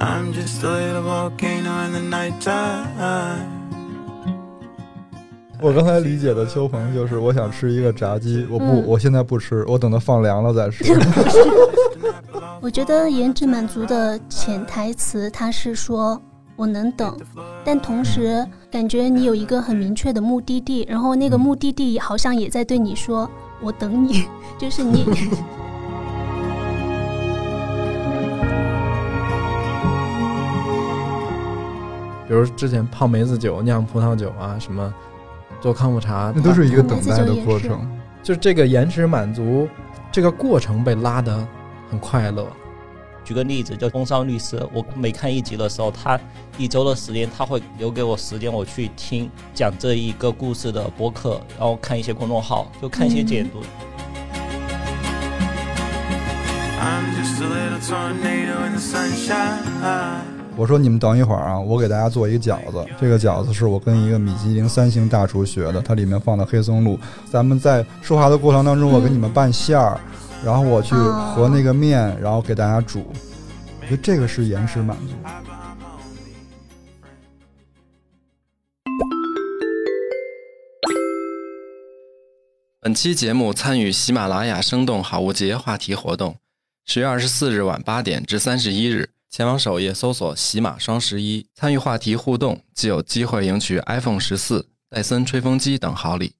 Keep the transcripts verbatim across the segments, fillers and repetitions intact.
I'm just a little volcano in the nighttime。 我刚才理解的秋鹏就是我想吃一个炸鸡，我不、嗯、我现在不吃，我等它放凉了再吃。 我觉得颜值满足的潜台词它是说我能等，但同时感觉你有一个很明确的目的地，然后那个目的地好像也在对你说我等你，就是你比如之前泡梅子酒、酿葡萄酒啊，什么做康复茶， 那都是一个等待的过程。 就是这个延迟满足，这个过程被拉得很快乐。 举个例子，就风骚律师，我每看一集的时候，他一周的时间，他会留给我时间，我去听讲这一个故事的播客，然后看一些公众号，就看一些解读。 我说你们等一会儿啊，我给大家做一个饺子，这个饺子是我跟一个米其林三星大厨学的，它里面放的黑松露，咱们在说话的过程当中，我给你们拌馅儿、嗯，然后我去和那个面、哦、然后给大家煮，我觉得这个是延迟满足。 本期节目参与喜马拉雅生动好物节话题活动，十月二十四日晚八点至三十一日，前往首页搜索喜马双十一，参与话题互动，即有机会赢取 iPhone 十四、戴森吹风机等好礼。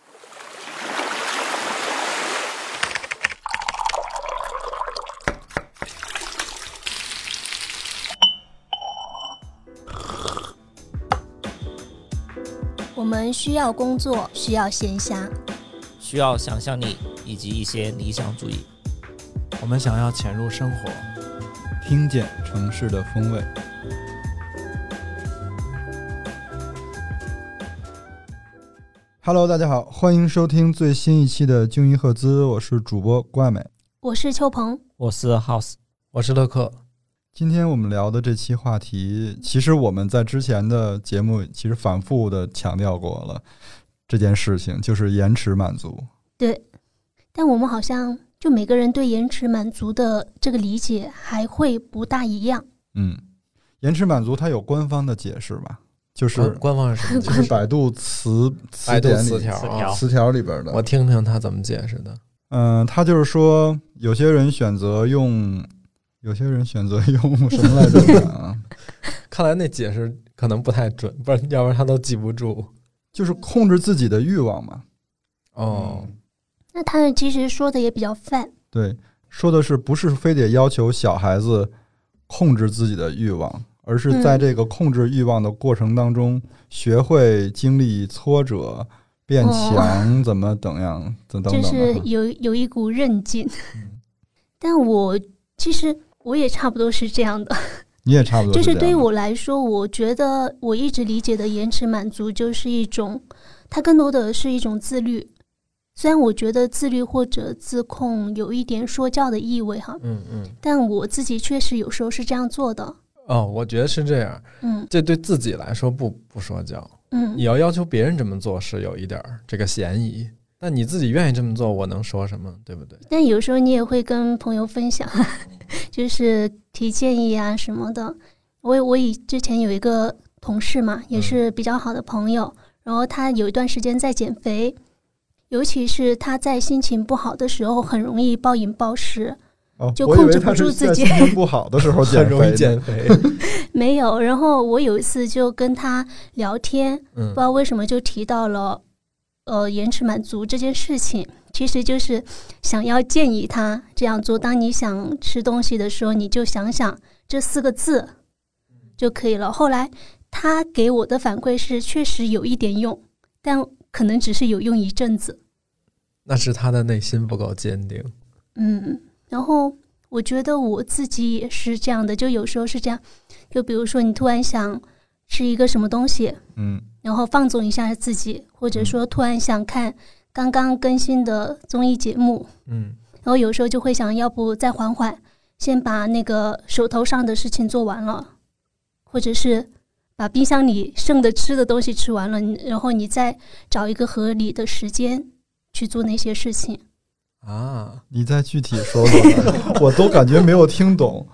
我们需要工作，需要闲暇， 需要想象力以及一些理想主义。 我们想要潜入生活， 听见城市的风味。Hello， 大家好，欢迎收听最新一期的鲸鱼赫兹，我是主播郭爱美， 我是秋鹏， 我是 House， 我是乐克。 今天我们聊的这期话题，其实我们在之前的节目其实反复的强调过了这件事情，就是延迟满足。 对，但我们好像就每个人对延迟满足的这个理解还会不大一样。 嗯，延迟满足它有官方的解释吧？就是、 啊、官方是什么？ 就是百度词词典里词条、啊、 词条里边的。 我听听他怎么解释的。 嗯、呃，他就是说，有些人选择用。有些人选择用什么来着啊？ 看来那解释可能不太准，不然要不然他都记不住。 就是控制自己的欲望嘛。 哦， 嗯、那他其实说的也比较泛。 对，说的是不是非得要求小孩子控制自己的欲望，而是在这个控制欲望的过程当中，嗯、学会经历挫折、变强，哦、怎么怎样，等等， 就是有有一股韧劲。嗯、但我其实。我也差不多是这样的， 你也差不多是这样的。 就是对于我来说，我觉得我一直理解的延迟满足就是一种，它更多的是一种自律。虽然我觉得自律或者自控有一点说教的意味哈， 嗯嗯， 但我自己确实有时候是这样做的。 哦，我觉得是这样， 嗯， 这对自己来说不不说教， 嗯， 你要要求别人这么做是有一点这个嫌疑。但你自己愿意这么做，我能说什么，对不对？ 但有时候你也会跟朋友分享，就是提建议啊什么的。我我以之前有一个同事嘛，也是比较好的朋友，嗯、然后他有一段时间在减肥，尤其是他在心情不好的时候，很容易暴饮暴食， 哦、 就控制不住自己。 心情不好的时候减肥， 很容易减肥。 没有，然后我有一次就跟他聊天， 嗯、 不知道为什么就提到了。呃，延迟满足这件事情，其实就是想要建议他这样做。当你想吃东西的时候，你就想想这四个字就可以了。后来他给我的反馈是，确实有一点用，但可能只是有用一阵子。 那是他的内心不够坚定。 嗯，然后我觉得我自己也是这样的，就有时候是这样，就比如说你突然想吃一个什么东西， 嗯。 然后放纵一下自己，或者说突然想看刚刚更新的综艺节目， 嗯， 然后有时候就会想要不再缓缓，先把那个手头上的事情做完了，或者是把冰箱里剩的吃的东西吃完了，然后你再找一个合理的时间去做那些事情。 啊， 你再具体说说，我都感觉没有听懂。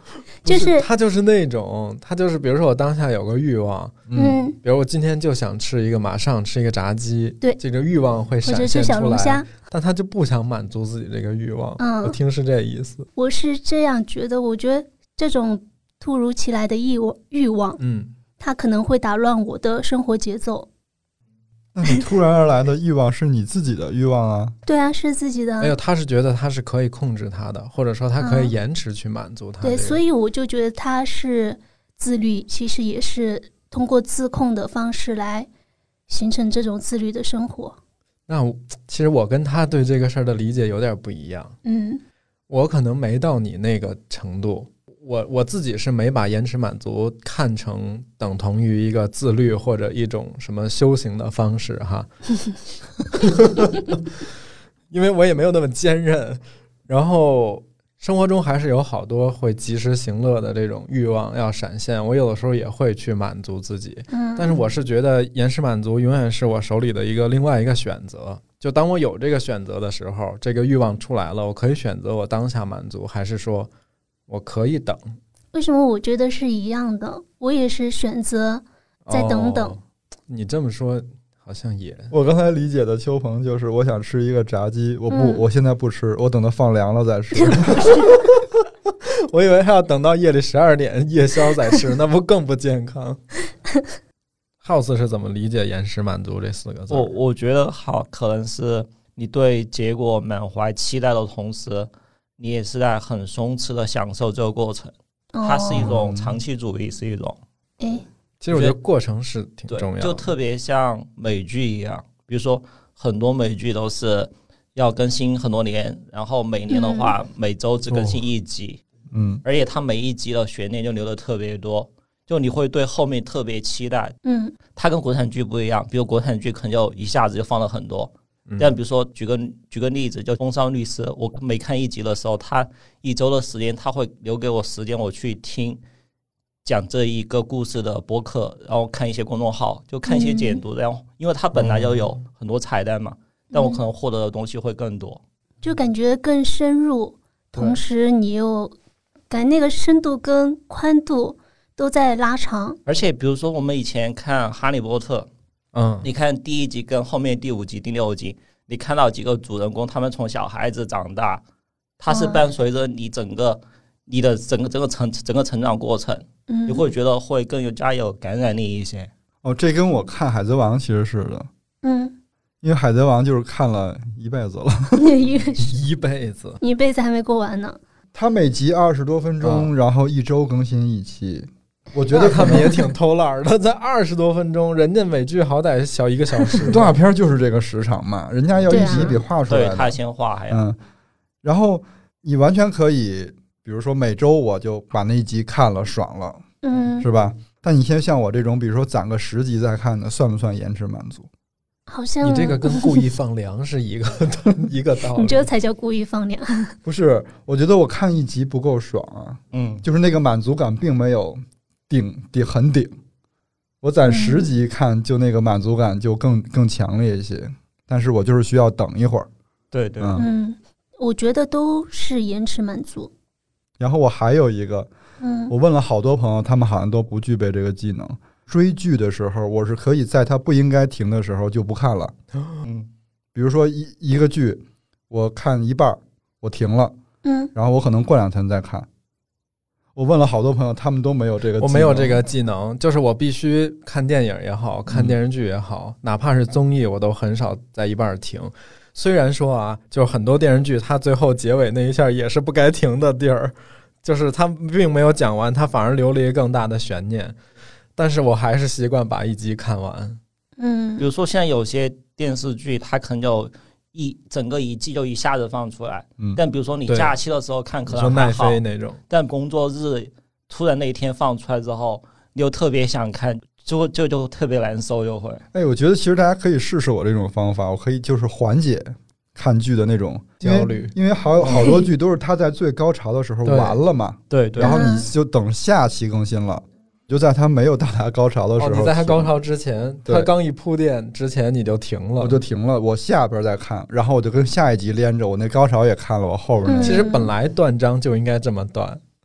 就是他就是那种，他就是比如说我当下有个欲望， 嗯， 比如我今天就想吃一个，马上吃一个炸鸡， 对， 这个欲望会或者闪现是小出来， 龙虾， 但他就不想满足自己这个欲望。 嗯我听是这意思。 我是这样觉得，我觉得这种突如其来的欲望，欲望， 嗯， 它可能会打乱我的生活节奏。 那你突然而来的欲望是你自己的欲望啊？ 对啊，是自己的。 没有，他是觉得他是可以控制他的，或者说他可以嗯延迟去满足他、这对， 个。 所以我就觉得他是自律，其实也是通过自控的方式来形成这种自律的生活。 那我其实我跟他对这个事儿的理解有点不一样。 嗯我可能没到你那个程度，我我自己是没把延迟满足看成等同于一个自律或者一种什么修行的方式哈，因为我也没有那么坚韧，然后生活中还是有好多会及时行乐的这种欲望要闪现，我有的时候也会去满足自己， 嗯， 但是我是觉得延迟满足永远是我手里的一个另外一个选择。就当我有这个选择的时候，这个欲望出来了，我可以选择我当下满足，还是说我可以等。 为什么我觉得是一样的？我也是选择再等等。 哦，你这么说好像也我刚才理解的秋鹏就是我想吃一个炸鸡，我不， 嗯我现在不吃，我等它放凉了再吃。 我以为还要等到夜里十二点夜宵再吃，那不更不健康。House 是怎么理解延迟满足这四个字？ 我我觉得好，可能是你对结果满怀期待的同时，你也是在很松弛的享受这个过程。它是一哦， 种长期主义，是一种哎， 其实我觉得过程是挺对重要的， 就特别像美剧一样，比如说很多美剧都是要更新很多年，然后每年的话、 嗯、 每周只更新一集， 嗯， 而且它每一集的悬念就留的特别多，就你会对后面特别期待。 嗯它跟国产剧不一样，比如国产剧可能就一下子就放了很多。 嗯但比如说举个举个例子，就《工商律师》，我每看一集的时候，他一周的时间他会留给我时间，我去听讲这一个故事的播客，然后看一些公众号，就看一些解读，然后因为它本来就有很多彩蛋嘛，但我可能获得的东西会更多， 就感觉更深入，同时你又感觉那个深度跟宽度都在拉长。 而且比如说我们以前看《哈利波特》， 嗯， 你看第一集跟后面第五集、第六集，你看到几个主人公，他们从小孩子长大，他是伴随着你整个、嗯、你的整个整个成整个成长过程， 嗯， 你会觉得会更有加有感染力一些。 哦，这跟我看《海贼王》其实是的， 嗯， 因为《海贼王》就是看了一辈子了， 一一辈子， 一辈子还没过完呢。 他每集二十多分钟、 啊， 然后一周更新一期。我觉得他们也挺偷懒的，在二十多分钟，人家美剧好歹小一个小时， 动画片就是这个时长嘛，人家要一集一笔画出来的， 对，他先画还要， 嗯，然后你完全可以，比如说每周我就把那一集看了，爽了， 嗯， 是吧？但你先像我这种，比如说攒个十集再看的，算不算延迟满足？ 好像你这个跟故意放凉是一个一个道理。 你这才叫故意放凉。 不是，我觉得我看一集不够爽啊， 嗯， 就是那个满足感并没有顶顶很顶。我攒十集看，就那个满足感就更更强烈一些。但是我就是需要等一会儿。 对对， 嗯， 嗯，我觉得都是延迟满足。 然后我还有一个， 嗯， 我问了好多朋友，他们好像都不具备这个技能。追剧的时候，我是可以在它不应该停的时候就不看了。 嗯， 比如说一一个剧，我看一半，我停了， 嗯， 然后我可能过两天再看。我问了好多朋友，他们都没有这个技能。 我没有这个技能，就是我必须看电影也好，看电视剧也好，嗯、哪怕是综艺，我都很少在一半停。虽然说啊，就是很多电视剧，它最后结尾那一下也是不该停的地儿，就是它并没有讲完，它反而留了一个更大的悬念。但是我还是习惯把一集看完。 嗯， 比如说现在有些电视剧，它可能就一整个一季就一下子放出来， 嗯， 但比如说你假期的时候看可能还好， 说奈飞那种， 但工作日突然那一天放出来之后，你又特别想看，就就就特别难受，就会。 哎，我觉得其实大家可以试试我这种方法，我可以就是缓解看剧的那种焦虑， 因为好好多剧都是它在最高潮的时候完了嘛， 对对， 然后你就等下期更新了。就在它没有到达高潮的时候， 哦、你在它高潮之前，它刚一铺垫之前你就停了， 我就停了，我下边再看，然后我就跟下一集连着，我那高潮也看了，我后边那、 嗯、 其实本来断章就应该这么断，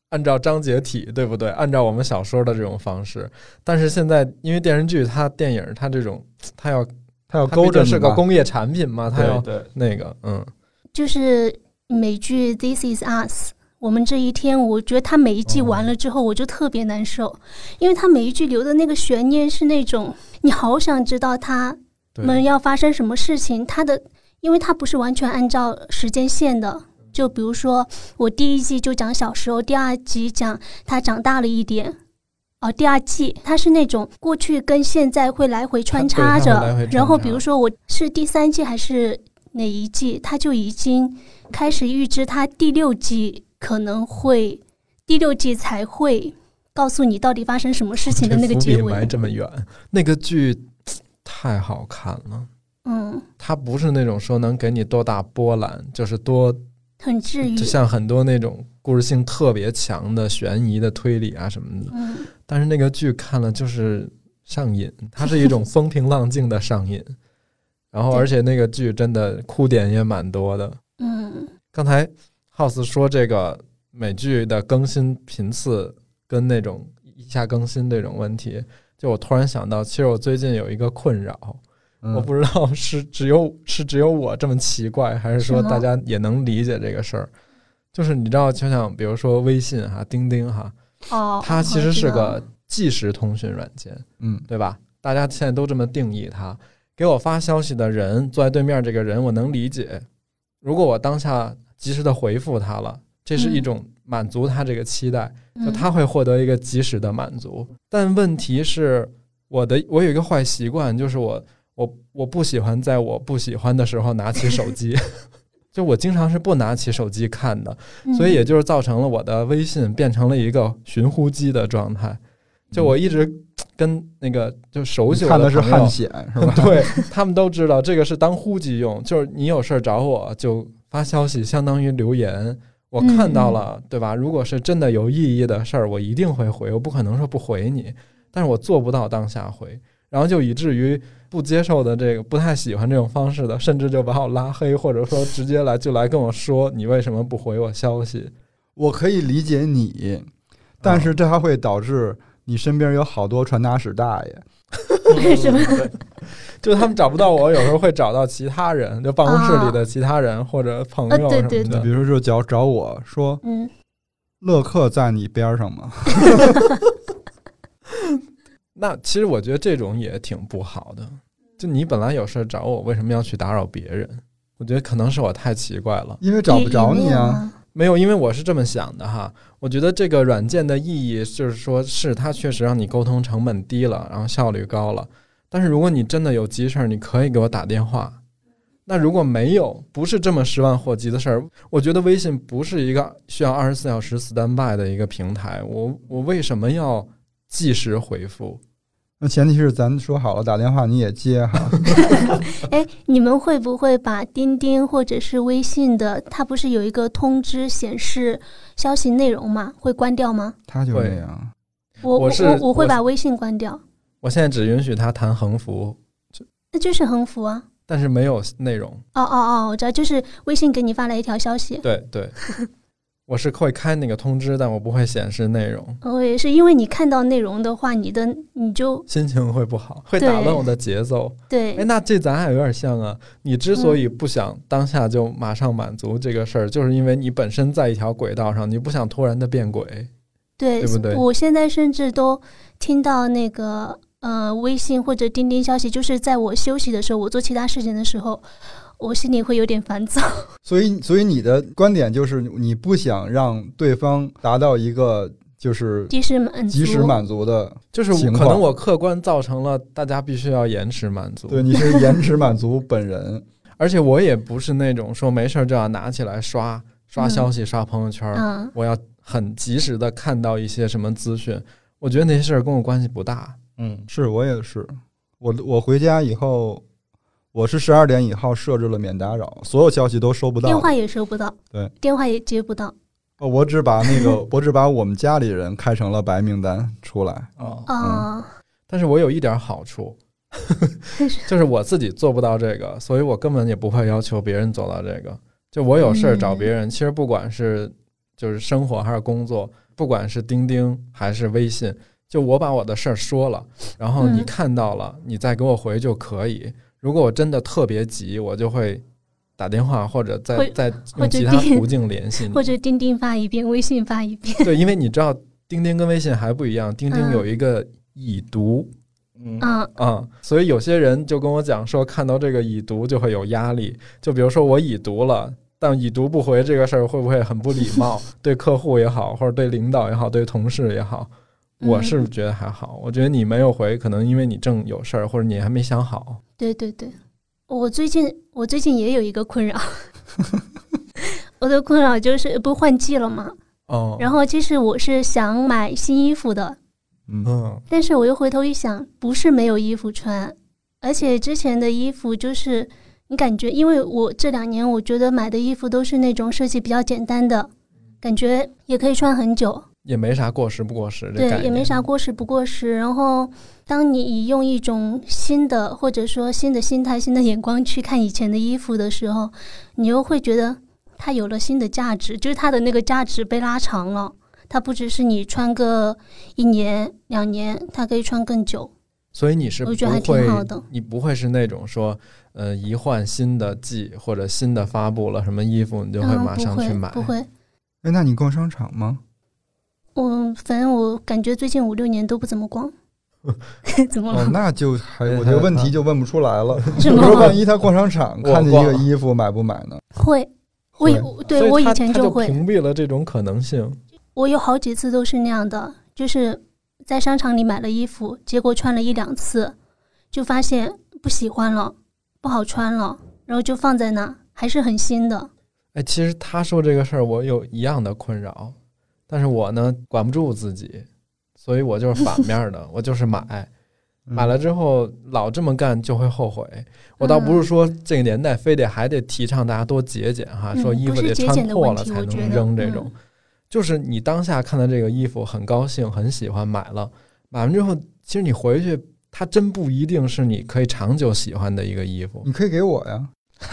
按照章节体，对不对？按照我们小说的这种方式。但是现在因为电视剧它电影它这种它要它要勾着你是个工业产品嘛，它要对那个嗯， 就是美剧《This Is Us》。我们这一天，我觉得它每一季完了之后，我就特别难受，哦、因为它每一季留的那个悬念是那种你好想知道他们要发生什么事情。它的，因为它不是完全按照时间线的，就比如说我第一季就讲小时候，第二集讲他长大了一点，哦，第二季它是那种过去跟现在会来回穿插着， 来回穿插然后比如说我是第三季还是哪一季，他就已经开始预知他第六季。可能会第六季才会告诉你到底发生什么事情的那个结尾。 伏笔埋这么远，那个剧太好看了。 嗯， 它不是那种说能给你多大波澜，就是多很治愈， 就像很多那种故事性特别强的悬疑的推理啊什么的。 嗯， 但是那个剧看了就是上瘾，它是一种风平浪静的上瘾。然后而且那个剧真的哭点也蛮多的。 嗯， 刚才House 说这个美剧的更新频次跟那种一下更新这种问题，就我突然想到，其实我最近有一个困扰，嗯、我不知道是只有是只有我这么奇怪，还是说大家也能理解这个事儿。就是你知道，就像比如说微信哈、钉钉哈， 哦， 它其实是个即时通讯软件， 嗯， 对吧？大家现在都这么定义它。给我发消息的人，坐在对面这个人，我能理解。如果我当下及时的回复他了，这是一种满足他这个期待， 嗯、 就他会获得一个及时的满足。但问题是，我的我有一个坏习惯，就是我我我不喜欢在我不喜欢的时候拿起手机，就我经常是不拿起手机看的，所以也就是造成了我的微信变成了一个寻呼机的状态。就我一直跟那个就熟悉我的看的是汉显是吧？ 对，他们都知道这个是当呼机用，就是你有事找我就发消息，相当于留言，我看到了，嗯、对吧？如果是真的有意义的事儿，我一定会回，我不可能说不回你，但是我做不到当下回，然后就以至于不接受的这个不太喜欢这种方式的，甚至就把我拉黑，或者说直接来就来跟我说你为什么不回我消息。 我可以理解你，但是这还会导致你身边有好多传达室大爷。 为什么？ 就他们找不到我，有时候会找到其他人，就办公室里的其他人、啊、或者朋友什么的。 啊、对对对， 比如说找找我说， 嗯， 乐克在你边上吗？ 那其实我觉得这种也挺不好的。就你本来有事找我，为什么要去打扰别人？我觉得可能是我太奇怪了， 因为找不着你啊。 没有，因为我是这么想的哈。我觉得这个软件的意义就是说，是它确实让你沟通成本低了，然后效率高了。但是如果你真的有急事儿，你可以给我打电话。那如果没有，不是这么十万火急的事儿，我觉得微信不是一个需要二十四小时 standby 的一个平台。我我为什么要即时回复？ 那前提是咱说好了打电话你也接哈。 哎，你们会不会把钉钉或者是微信的，它不是有一个通知显示消息内容吗？会关掉吗？ 它就这样。 我我是我我会把微信关掉。 我现在只允许它弹横幅， 那就是横幅啊。 但是没有内容。 哦哦哦，我知道，就是微信给你发来一条消息。 对对。我是会开那个通知，但我不会显示内容。 我也是，因为你看到内容的话，你的你就心情会不好，会打乱我的节奏。 对， 哎，那这咱还有点像啊。你之所以不想当下就马上满足这个事儿、嗯，就是因为你本身在一条轨道上，你不想突然的变轨， 对， 对不对？ 我现在甚至都听到那个呃微信或者钉钉消息，就是在我休息的时候，我做其他事情的时候。我心里会有点烦躁， 所以，所以你的观点就是你不想让对方达到一个就是及时满足、 及时满足的， 就是可能我客观造成了大家必须要延迟满足。 对，你是延迟满足本人， 而且我也不是那种说没事就要拿起来刷刷消息、嗯、刷朋友圈、 嗯， 我要很及时的看到一些什么资讯。我觉得那些事儿跟我关系不大。 嗯，是我也是，我我回家以后。我是十二点以后设置了免打扰，所有消息都收不到， 电话也收不到， 对， 电话也接不到。 哦，我只把那个，我只把我们家里人开成了白名单出来。 哦， 嗯， 但是我有一点好处，就是我自己做不到这个，所以我根本也不会要求别人做到这个。就我有事找别人、嗯，其实不管是就是生活还是工作，不管是钉钉还是微信，就我把我的事儿说了，然后你看到了，嗯、你再给我回就可以。如果我真的特别急，我就会打电话或者再再用其他途径联系你， 或者钉钉发一遍，微信发一遍。 对，因为你知道钉钉跟微信还不一样，钉钉有一个已读。 嗯啊、 嗯，所以有些人就跟我讲说，看到这个已读就会有压力。就比如说我已读了，但已读不回这个事儿会不会很不礼貌？对客户也好，或者对领导也好，对同事也好，我是觉得还好。我觉得你没有回，可能因为你正有事儿，或者你还没想好。 对对对，我最近我最近也有一个困扰，我的困扰就是不换季了嘛。 哦。 然后其实我是想买新衣服的。 嗯， 但是我又回头一想，不是没有衣服穿，而且之前的衣服就是你感觉，因为我这两年我觉得买的衣服都是那种设计比较简单的，感觉也可以穿很久， 也没啥过时不过时， 对，也没啥过时不过时。然后当你用一种新的或者说新的心态、新的眼光去看以前的衣服的时候，你又会觉得它有了新的价值，就是它的那个价值被拉长了。它不只是你穿个一年两年，它可以穿更久。 所以你是不会， 我觉得还挺好的。 你不会是那种说，呃，一换新的季或者新的发布了什么衣服，你就会马上去买？ 嗯、不会，不会。 哎，那你逛商场吗？ 我反正我感觉最近五六年都不怎么逛。怎么了？ 哦，那就还我觉得问题就问不出来了。 是吗？我说万一他逛商场看见一个衣服买不买呢？ 会，我对我以前就会他就屏蔽了这种可能性。 我有好几次都是那样的，就是在商场里买了衣服，结果穿了一两次，就发现不喜欢了，不好穿了，然后就放在那，还是很新的。 哎，其实他说这个事儿，我有一样的困扰，但是我呢管不住自己，所以我就是反面的，我就是买，买了之后老这么干就会后悔。我倒不是说这个年代非得还得提倡大家多节俭哈， 嗯、 说衣服得穿破了才能扔这种。就是你当下看到这个衣服很高兴很喜欢，买了买完之后，其实你回去它真不一定是你可以长久喜欢的一个衣服。 你可以给我呀。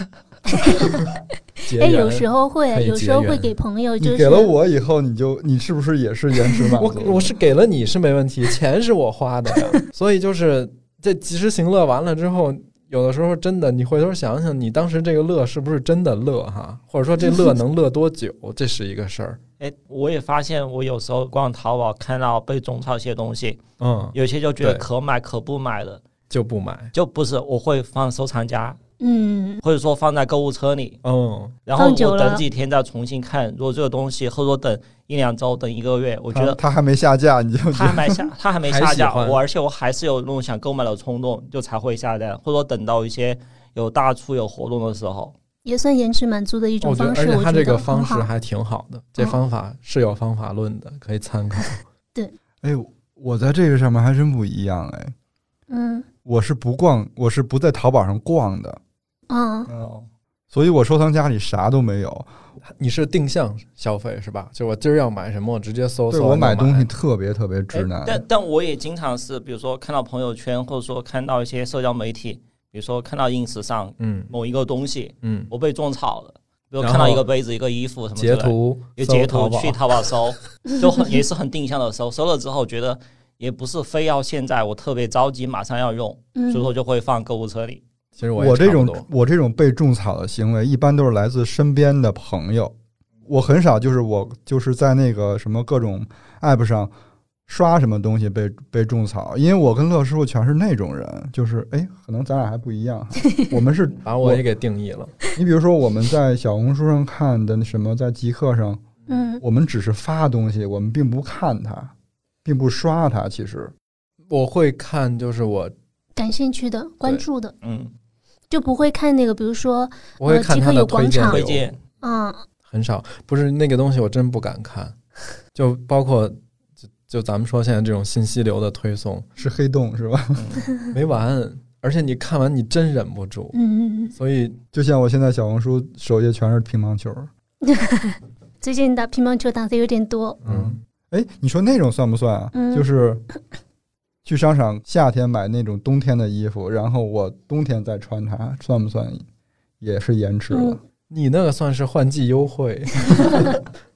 哎，有时候会，有时候会给朋友。就是你给了我以后，你就你是不是也是延迟满足？ 我我是给了你是没问题，钱是我花的呀。所以就是这及时行乐完了之后，有的时候真的，你回头想想，你当时这个乐是不是真的乐哈？或者说这乐能乐多久，这是一个事儿。 哎，我也发现，我有时候逛淘宝看到被种草一些东西， 嗯， 有些就觉得可买可不买的， 就不买， 就不是我会放收藏夹， 嗯， 或者说放在购物车里， 嗯， 然后我等几天再重新看。如果这个东西，或者说等一两周、等一个月，我觉得它还没下架，你就它还没下，它还没下架，我而且我还是有那种想购买的冲动，就才会下架，或者说等到一些有大促、有活动的时候。 也算延迟满足的一种方式， 我觉得，而且他这个方式还挺好的，这方法是有方法论的，可以参考。 对， 哎，我在这个上面还真不一样哎。 嗯， 我是不逛，我是不在淘宝上逛的。 嗯， 嗯，所以我收藏夹里啥都没有。 你是定向消费是吧？就我今儿要买什么，我直接搜。 对，我买东西特别特别直男。 但但我也经常是，比如说看到朋友圈，或者说看到一些社交媒体。比如说看到 ins 上某一个东西，嗯，我被种草了，比如看到一个杯子、一个衣服什么之类的， 截图， 有截图去淘宝搜，就很也是很定向的搜，搜了之后觉得也不是非要现在我特别着急马上要用， 嗯、 所以说就会放购物车里。 其实我我这种我这种被种草的行为，一般都是来自身边的朋友，我很少就是我就是在那个什么各种 app 上。刷什么东西被被种草，因为我跟乐师傅全是那种人，就是哎，可能咱俩还不一样，我们是把我也给定义了。 你比如说我们在小红书上看的什么，在极客上， 嗯， 我们只是发东西，我们并不看它，并不刷它。其实我会看，就是我感兴趣的、关注的， 嗯， 就不会看那个，比如说我会看他的推荐推荐， 嗯， 很少，不是那个东西我真不敢看，就包括。就咱们说现在这种信息流的推送是黑洞是吧？ 嗯、没完，而且你看完你真忍不住。 嗯， 所以就像我现在小红书首页全是乒乓球。 最近打乒乓球打的有点多。 嗯，哎，你说那种算不算啊？ 嗯、 就是去商场夏天买那种冬天的衣服，然后我冬天再穿它，算不算也是延迟了？ 嗯、 你那个算是换季优惠。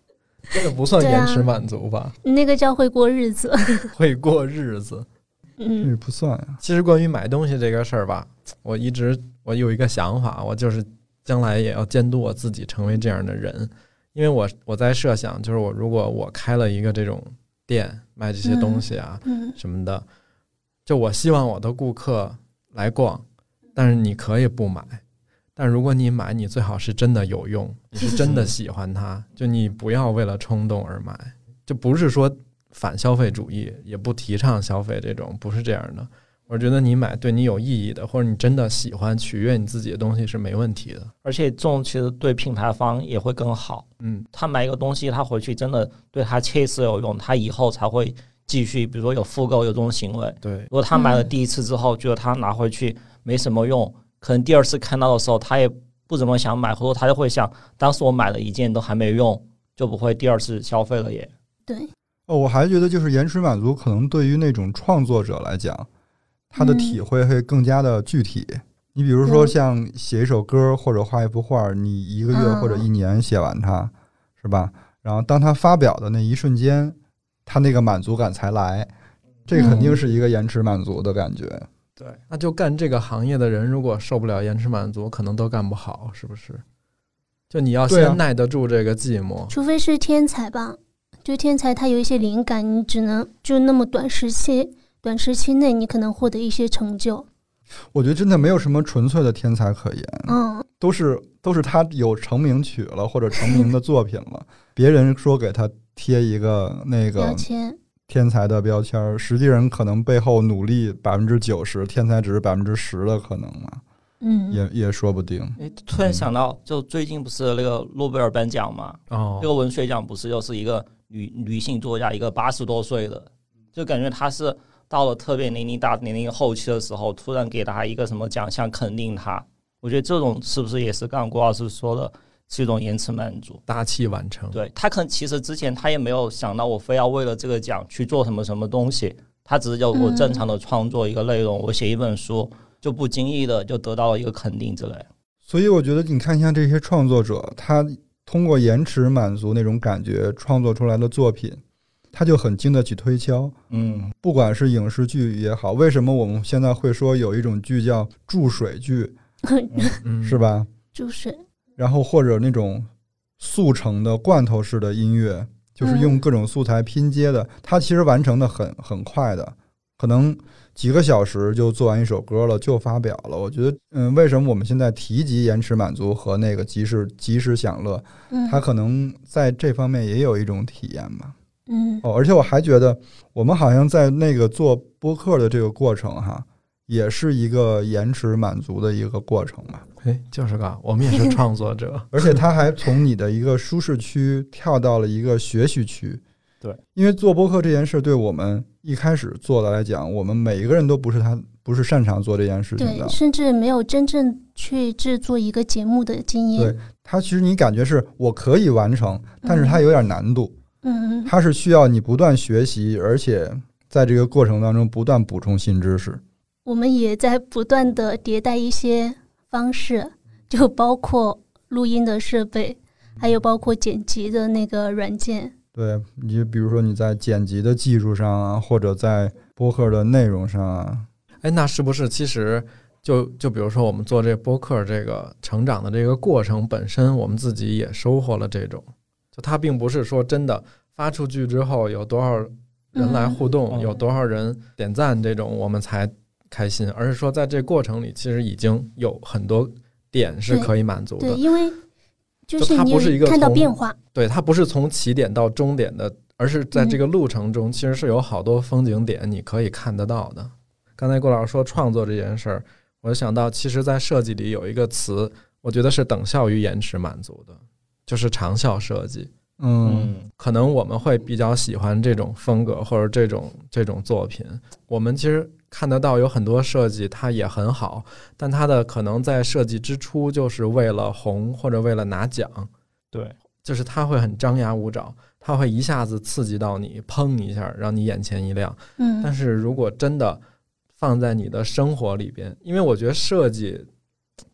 这个不算对啊延迟满足吧？ 那个叫会过日子。 会过日子。 嗯这不算呀。 其实关于买东西这个事儿吧，我一直我有一个想法，我就是将来也要监督我自己成为这样的人。因为我我在设想，就是我如果我开了一个这种店卖这些东西啊、 嗯什么的，就我希望我的顾客来逛，但是你可以不买，但如果你买，你最好是真的有用，你是真的喜欢它，就你不要为了冲动而买，就不是说反消费主义，也不提倡消费这种，不是这样的。我觉得你买对你有意义的，或者你真的喜欢取悦你自己的东西是没问题的。 而且这种其实对品牌方也会更好。 嗯， 他买一个东西，他回去真的对他切实有用，他以后才会继续，比如说有复购有这种行为。 对。 如果他买了第一次之后，觉得他拿回去没什么用，可能第二次看到的时候，他也不怎么想买，或者他就会想，当时我买了一件都还没用，就不会第二次消费了也。 对。 哦，我还觉得就是延迟满足，可能对于那种创作者来讲，他的体会会更加的具体。嗯、你比如说像写一首歌或者画一幅画，你一个月或者一年写完它，嗯、是吧？然后当他发表的那一瞬间，他那个满足感才来，这肯定是一个延迟满足的感觉。嗯、 对，那就干这个行业的人，如果受不了延迟满足，可能都干不好，是不是？就你要先耐得住这个寂寞， 啊、除非是天才吧。就天才他有一些灵感，你只能就那么短时期短时期内你可能获得一些成就。 我觉得真的没有什么纯粹的天才可言， 嗯， 都是都是他有成名曲了或者成名的作品了，别人说给他贴一个那个标签， 天才的标签，实际上可能背后努力百分之九十，天才只是百分之十的可能嘛。 嗯， 也也说不定。 哎，突然想到，就最近不是那个诺贝尔颁奖嘛？ 哦， 这个文学奖不是又是一个女女性作家，一个八十多岁的，就感觉她是到了特别年龄大、年龄后期的时候，突然给她一个什么奖项肯定她。我觉得这种是不是也是刚刚郭老师说的，是一种延迟满足， 大器晚成？ 对，她可能其实之前她也没有想到我非要为了这个奖去做什么什么东西，她只是就我正常的创作一个内容，嗯、我写一本书。就不经意的就得到了一个肯定之类。 所以我觉得你看一下这些创作者，他通过延迟满足那种感觉创作出来的作品，他就很经得起推敲。 嗯， 不管是影视剧也好，为什么我们现在会说有一种剧叫注水剧， 嗯、 是吧？ 注水。 然后或者那种速成的罐头式的音乐，就是用各种素材拼接的，它其实完成的很很快的，可能几个小时就做完一首歌了，就发表了。我觉得，嗯，为什么我们现在提及延迟满足和那个及时及时享乐，它可能在这方面也有一种体验吧。 嗯， 哦，而且我还觉得，我们好像在那个做播客的这个过程哈，也是一个延迟满足的一个过程吧。 哎，就是个，我们也是创作者， 而且他还从你的一个舒适区跳到了一个学习区。 对， 因为做播客这件事对我们一开始做的来讲，我们每一个人都不是他不是擅长做这件事情的， 对，甚至没有真正去制作一个节目的经验。 对，他其实你感觉是我可以完成，但是它有点难度。 嗯， 它是需要你不断学习，而且在这个过程当中不断补充新知识。 我们也在不断的迭代一些方式，就包括录音的设备，还有包括剪辑的那个软件。 对，你就比如说你在剪辑的技术上啊，或者在播客的内容上啊。 哎，那是不是其实就就比如说我们做这播客这个成长的这个过程本身，我们自己也收获了这种，就它并不是说真的发出去之后有多少人来互动， 嗯、 有多少人点赞这种我们才开心，而是说在这过程里其实已经有很多点是可以满足的。 对，对，因为就是你看到变化， 对，它不是从起点到终点的，而是在这个路程中，其实是有好多风景点你可以看得到的。刚才郭老师说创作这件事儿，我就想到，其实，在设计里有一个词，我觉得是等效于延迟满足的，就是长效设计。 嗯， 可能我们会比较喜欢这种风格或者这种这种作品。我们其实看得到有很多设计它也很好，但它的可能在设计之初就是为了红或者为了拿奖。 对， 就是它会很张牙舞爪，它会一下子刺激到你，砰一下让你眼前一亮。 嗯， 但是如果真的放在你的生活里边，因为我觉得设计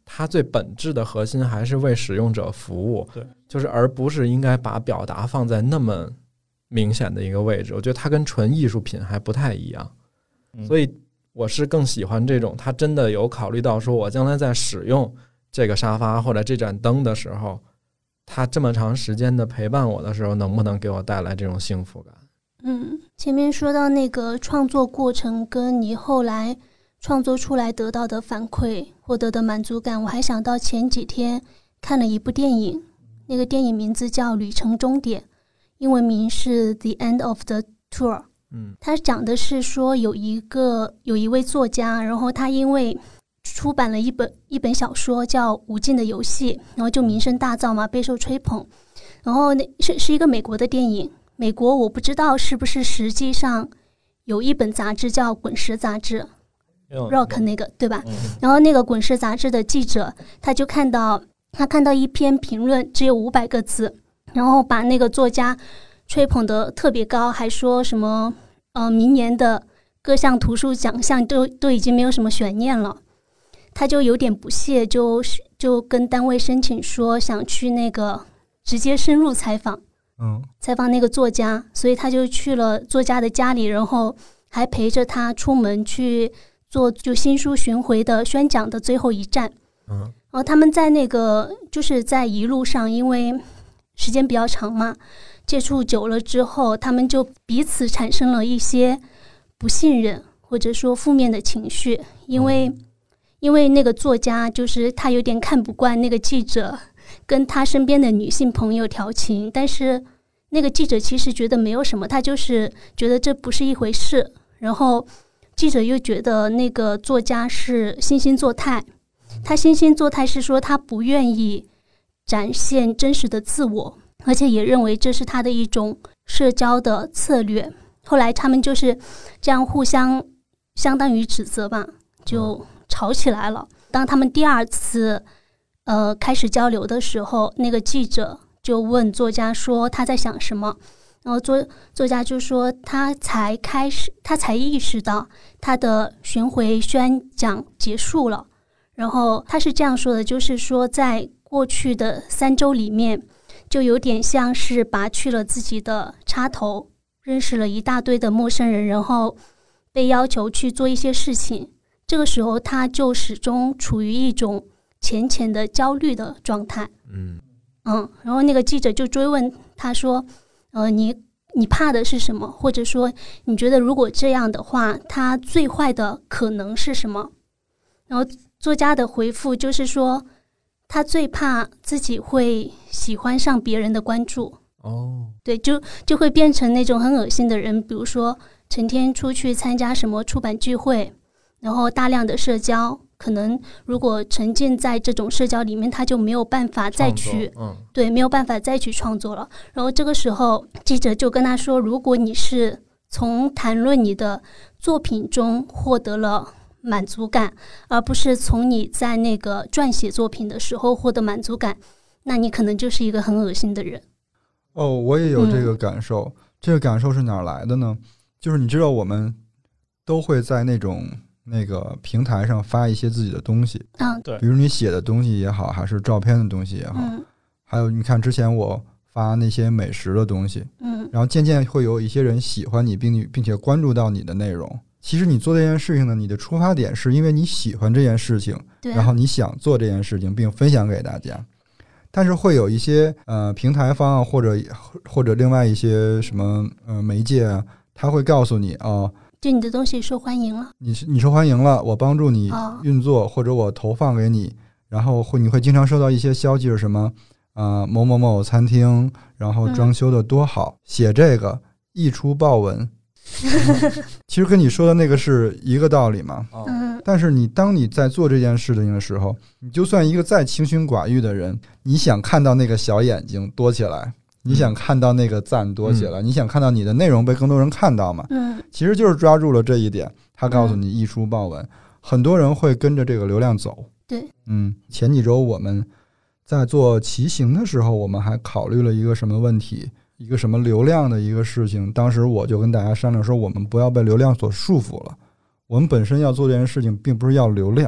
它最本质的核心还是为使用者服务， 对， 就是而不是应该把表达放在那么明显的一个位置。我觉得它跟纯艺术品还不太一样， 嗯、 所以我是更喜欢这种它真的有考虑到说我将来在使用这个沙发或者这盏灯的时候，它这么长时间的陪伴我的时候，能不能给我带来这种幸福感。 嗯，前面说到那个创作过程跟你后来创作出来得到的反馈获得的满足感，我还想到前几天看了一部电影，那个电影名字叫《旅程终点》，英文名是 The End of the Tour。 嗯， 它讲的是说有一个有一位作家，然后他因为出版了一本一本小说叫《无尽的游戏》，然后就名声大噪嘛，备受吹捧。然后那是是一个美国的电影，美国我不知道是不是实际上有一本杂志叫《滚石》杂志 ，Rock 那个对吧？然后那个《滚石》杂志的记者他就看到他看到一篇评论只有五百个字，然后把那个作家吹捧得特别高，还说什么呃明年的各项图书奖项都都已经没有什么悬念了。他就有点不屑，就就跟单位申请说想去那个直接深入采访， 嗯， 采访那个作家，所以他就去了作家的家里，然后还陪着他出门去做就新书巡回的宣讲的最后一站。 嗯， 然后他们在那个就是在一路上，因为时间比较长嘛，接触久了之后，他们就彼此产生了一些不信任或者说负面的情绪，因为、嗯、因为那个作家就是他有点看不惯那个记者跟他身边的女性朋友调情，但是那个记者其实觉得没有什么，他就是觉得这不是一回事，然后记者又觉得那个作家是惺惺作态，他惺惺作态是说他不愿意展现真实的自我，而且也认为这是他的一种社交的策略。后来他们就是这样互相相当于指责吧，就吵起来了。当他们第二次呃开始交流的时候，那个记者就问作家说他在想什么，然后作作家就说他才开始他才意识到他的巡回宣讲结束了。然后他是这样说的，就是说在过去的三周里面，就有点像是拔去了自己的插头，认识了一大堆的陌生人，然后被要求去做一些事情。这个时候他就始终处于一种浅浅的焦虑的状态。 嗯嗯，然后那个记者就追问他说呃，你你怕的是什么？或者说你觉得如果这样的话，他最坏的可能是什么？然后作家的回复就是说他最怕自己会喜欢上别人的关注。 哦， 对，就就会变成那种很恶心的人，比如说成天出去参加什么出版聚会，然后大量的社交，可能如果沉浸在这种社交里面，他就没有办法再去、 嗯、 对，没有办法再去创作了。然后这个时候记者就跟他说，如果你是从谈论你的作品中获得了满足感，而不是从你在那个撰写作品的时候获得满足感，那你可能就是一个很恶心的人。 哦，我也有这个感受、嗯、这个感受是哪来的呢？就是你知道我们都会在那种那个平台上发一些自己的东西， 嗯， 对， 比如你写的东西也好，还是照片的东西也好、 嗯、 还有你看之前我发那些美食的东西， 嗯， 然后渐渐会有一些人喜欢你，并并且关注到你的内容。其实你做这件事情呢，你的出发点是因为你喜欢这件事情， 对、啊， 然后你想做这件事情并分享给大家。但是会有一些呃平台方或者或者另外一些什么呃媒介啊，他会告诉你哦， 就你的东西受欢迎了， 你你受欢迎了，我帮助你运作、哦、或者我投放给你，然后会你会经常收到一些消息是什么呃某某某餐厅，然后装修的多好，嗯、写这个一出爆文。其实跟你说的那个是一个道理嘛， 嗯， 但是你当你在做这件事情的时候，你就算一个再清心寡欲的人，你想看到那个小眼睛多起来，你想看到那个赞多起来、嗯、你想看到你的内容被更多人看到嘛， 嗯， 其实就是抓住了这一点，他告诉你一出爆文、嗯、很多人会跟着这个流量走。 对， 嗯，前几周我们在做骑行的时候，我们还考虑了一个什么问题，一个什么流量的一个事情。当时我就跟大家商量说，我们不要被流量所束缚了，我们本身要做这件事情并不是要流量，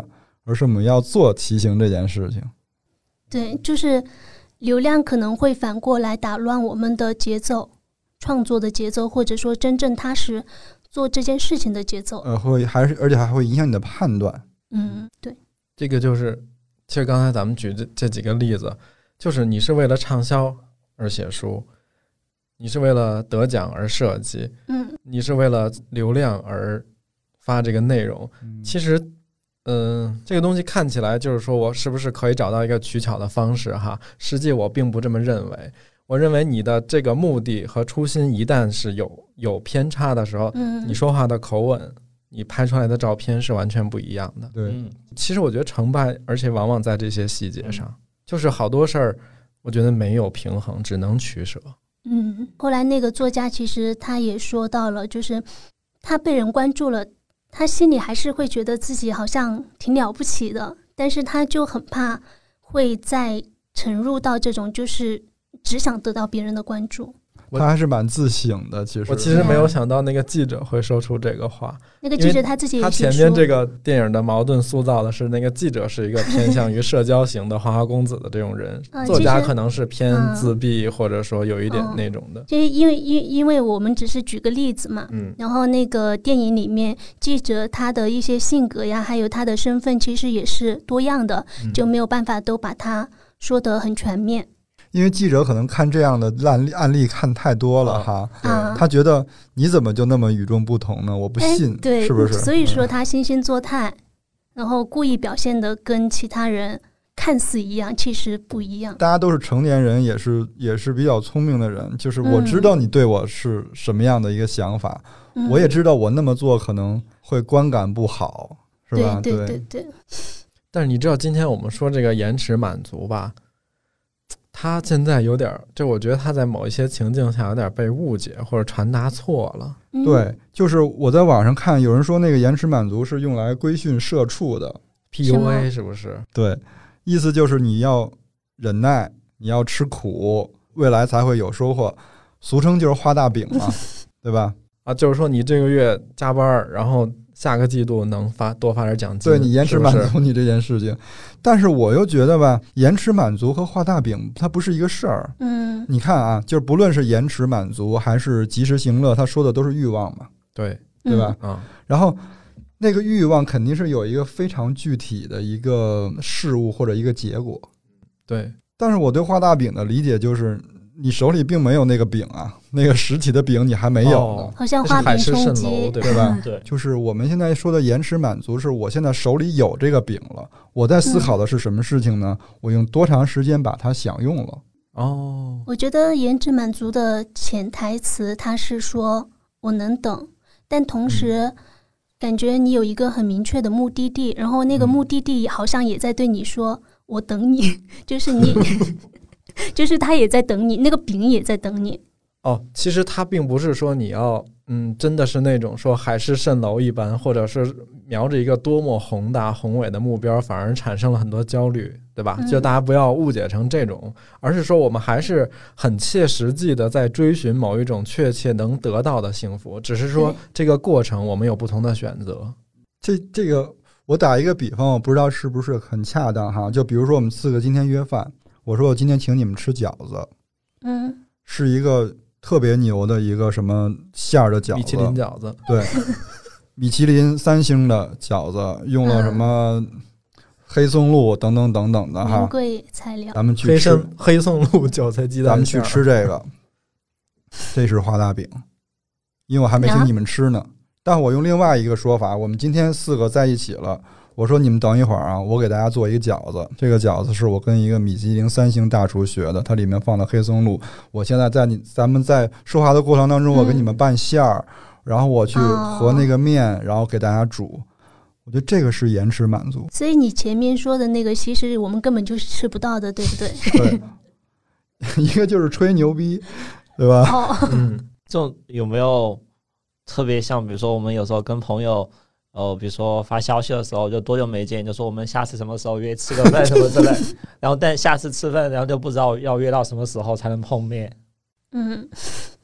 而是我们要做骑行这件事情。 对，就是流量可能会反过来打乱我们的节奏，创作的节奏，或者说真正踏实做这件事情的节奏。 呃，会还是而且还会影响你的判断。 嗯，对。 这个就是，其实刚才咱们举这这几个例子，就是你是为了畅销而写书，你是为了得奖而设计， 嗯， 你是为了流量而发这个内容。 嗯、 其实，嗯、呃，这个东西看起来就是说我是不是可以找到一个取巧的方式哈？实际我并不这么认为。我认为你的这个目的和初心一旦是有有偏差的时候， 嗯， 你说话的口吻，你拍出来的照片是完全不一样的。 对， 嗯， 其实我觉得成败，而且往往在这些细节上，就是好多事儿，我觉得没有平衡，只能取舍。 嗯，后来那个作家其实他也说到了，就是他被人关注了，他心里还是会觉得自己好像挺了不起的，但是他就很怕会再沉入到这种就是只想得到别人的关注。 他还是蛮自省的。其实我其实没有想到那个记者会说出这个话。 那个记者他自己也他前面这个电影的矛盾塑造的是那个记者是一个偏向于社交型的花花公子的这种人， 呃、 作家可能是偏自闭、嗯、或者说有一点那种的。 就因为因因为我们只是举个例子嘛， 嗯， 然后那个电影里面记者他的一些性格呀，还有他的身份其实也是多样的， 嗯、 就没有办法都把它说得很全面。 因为记者可能看这样的案例案例看太多了哈、 啊， 他觉得你怎么就那么与众不同呢？我不信， 对， 是不是？ 所以说他惺惺作态、嗯，然后故意表现的跟其他人看似一样，其实不一样。 大家都是成年人，也是也是比较聪明的人，就是我知道你对我是什么样的一个想法，嗯、我也知道我那么做可能会观感不好，是吧？ 对对对 对, 对。 但是你知道今天我们说这个延迟满足吧？他现在有点，就我觉得他在某一些情境下有点被误解或者传达错了。 嗯、 对，就是我在网上看有人说那个延迟满足是用来规训社畜的 P U A 是不是？ 对，意思就是你要忍耐，你要吃苦，未来才会有收获，俗称就是画大饼嘛，对吧？ 啊，就是说你这个月加班，然后下个季度能发多发点奖金， 对，你延迟满是足你这件事情。但是我又觉得吧，延迟满足和画大饼它不是一个事儿。 嗯， 你看啊，就是不论是延迟满足还是及时行乐，他说的都是欲望嘛， 对对吧？ 嗯， 然后那个欲望肯定是有一个非常具体的一个事物或者一个结果。 对， 但是我对画大饼的理解就是你手里并没有那个饼啊，那个实体的饼你还没有呢， 哦、 好像画饼充饥， 对吧？ 对， 就是我们现在说的延迟满足，是我现在手里有这个饼了，我在思考的是什么事情呢？嗯、我用多长时间把它享用了？ 哦， 我觉得延迟满足的潜台词，它是说我能等，但同时感觉你有一个很明确的目的地，然后那个目的地好像也在对你说，我等你，就是你。就是他也在等你，那个饼也在等你。 哦，其实他并不是说你要，嗯，真的是那种说海市蜃楼一般，或者是瞄着一个多么宏大宏伟的目标，反而产生了很多焦虑，对吧？ 嗯、 就大家不要误解成这种，而是说我们还是很切实际的在追寻某一种确切能得到的幸福，只是说这个过程我们有不同的选择。 这这个，我打一个比方，我不知道是不是很恰当哈。就比如说我们四个今天约饭。我说我今天请你们吃饺子， 嗯， 是一个特别牛的一个什么馅儿的饺子， 米其林饺子， 对，米其林三星的饺子，用了什么黑松露等等等等的哈， 名贵材料， 咱们去吃黑松露韭菜鸡蛋， 咱们去吃这个，这是画大饼，因为我还没请你们吃呢。啊、但我用另外一个说法，我们今天四个在一起了。我说你们等一会儿啊，我给大家做一个饺子。这个饺子是我跟一个米其林三星大厨学的，它里面放了黑松露。我现在在你咱们在说话的过程当中，我给你们拌馅儿、嗯，然后我去和那个面、哦，然后给大家煮。我觉得这个是延迟满足。 所以你前面说的那个，其实我们根本就是吃不到的，对不对？ 对，一个就是吹牛逼，对吧？ 哦， 嗯，这种有没有特别像，比如说我们有时候跟朋友。哦，比如说发消息的时候，就多久没见，就说我们下次什么时候约吃个饭什么之类，然后但下次吃饭，然后就不知道要约到什么时候才能碰面。 嗯，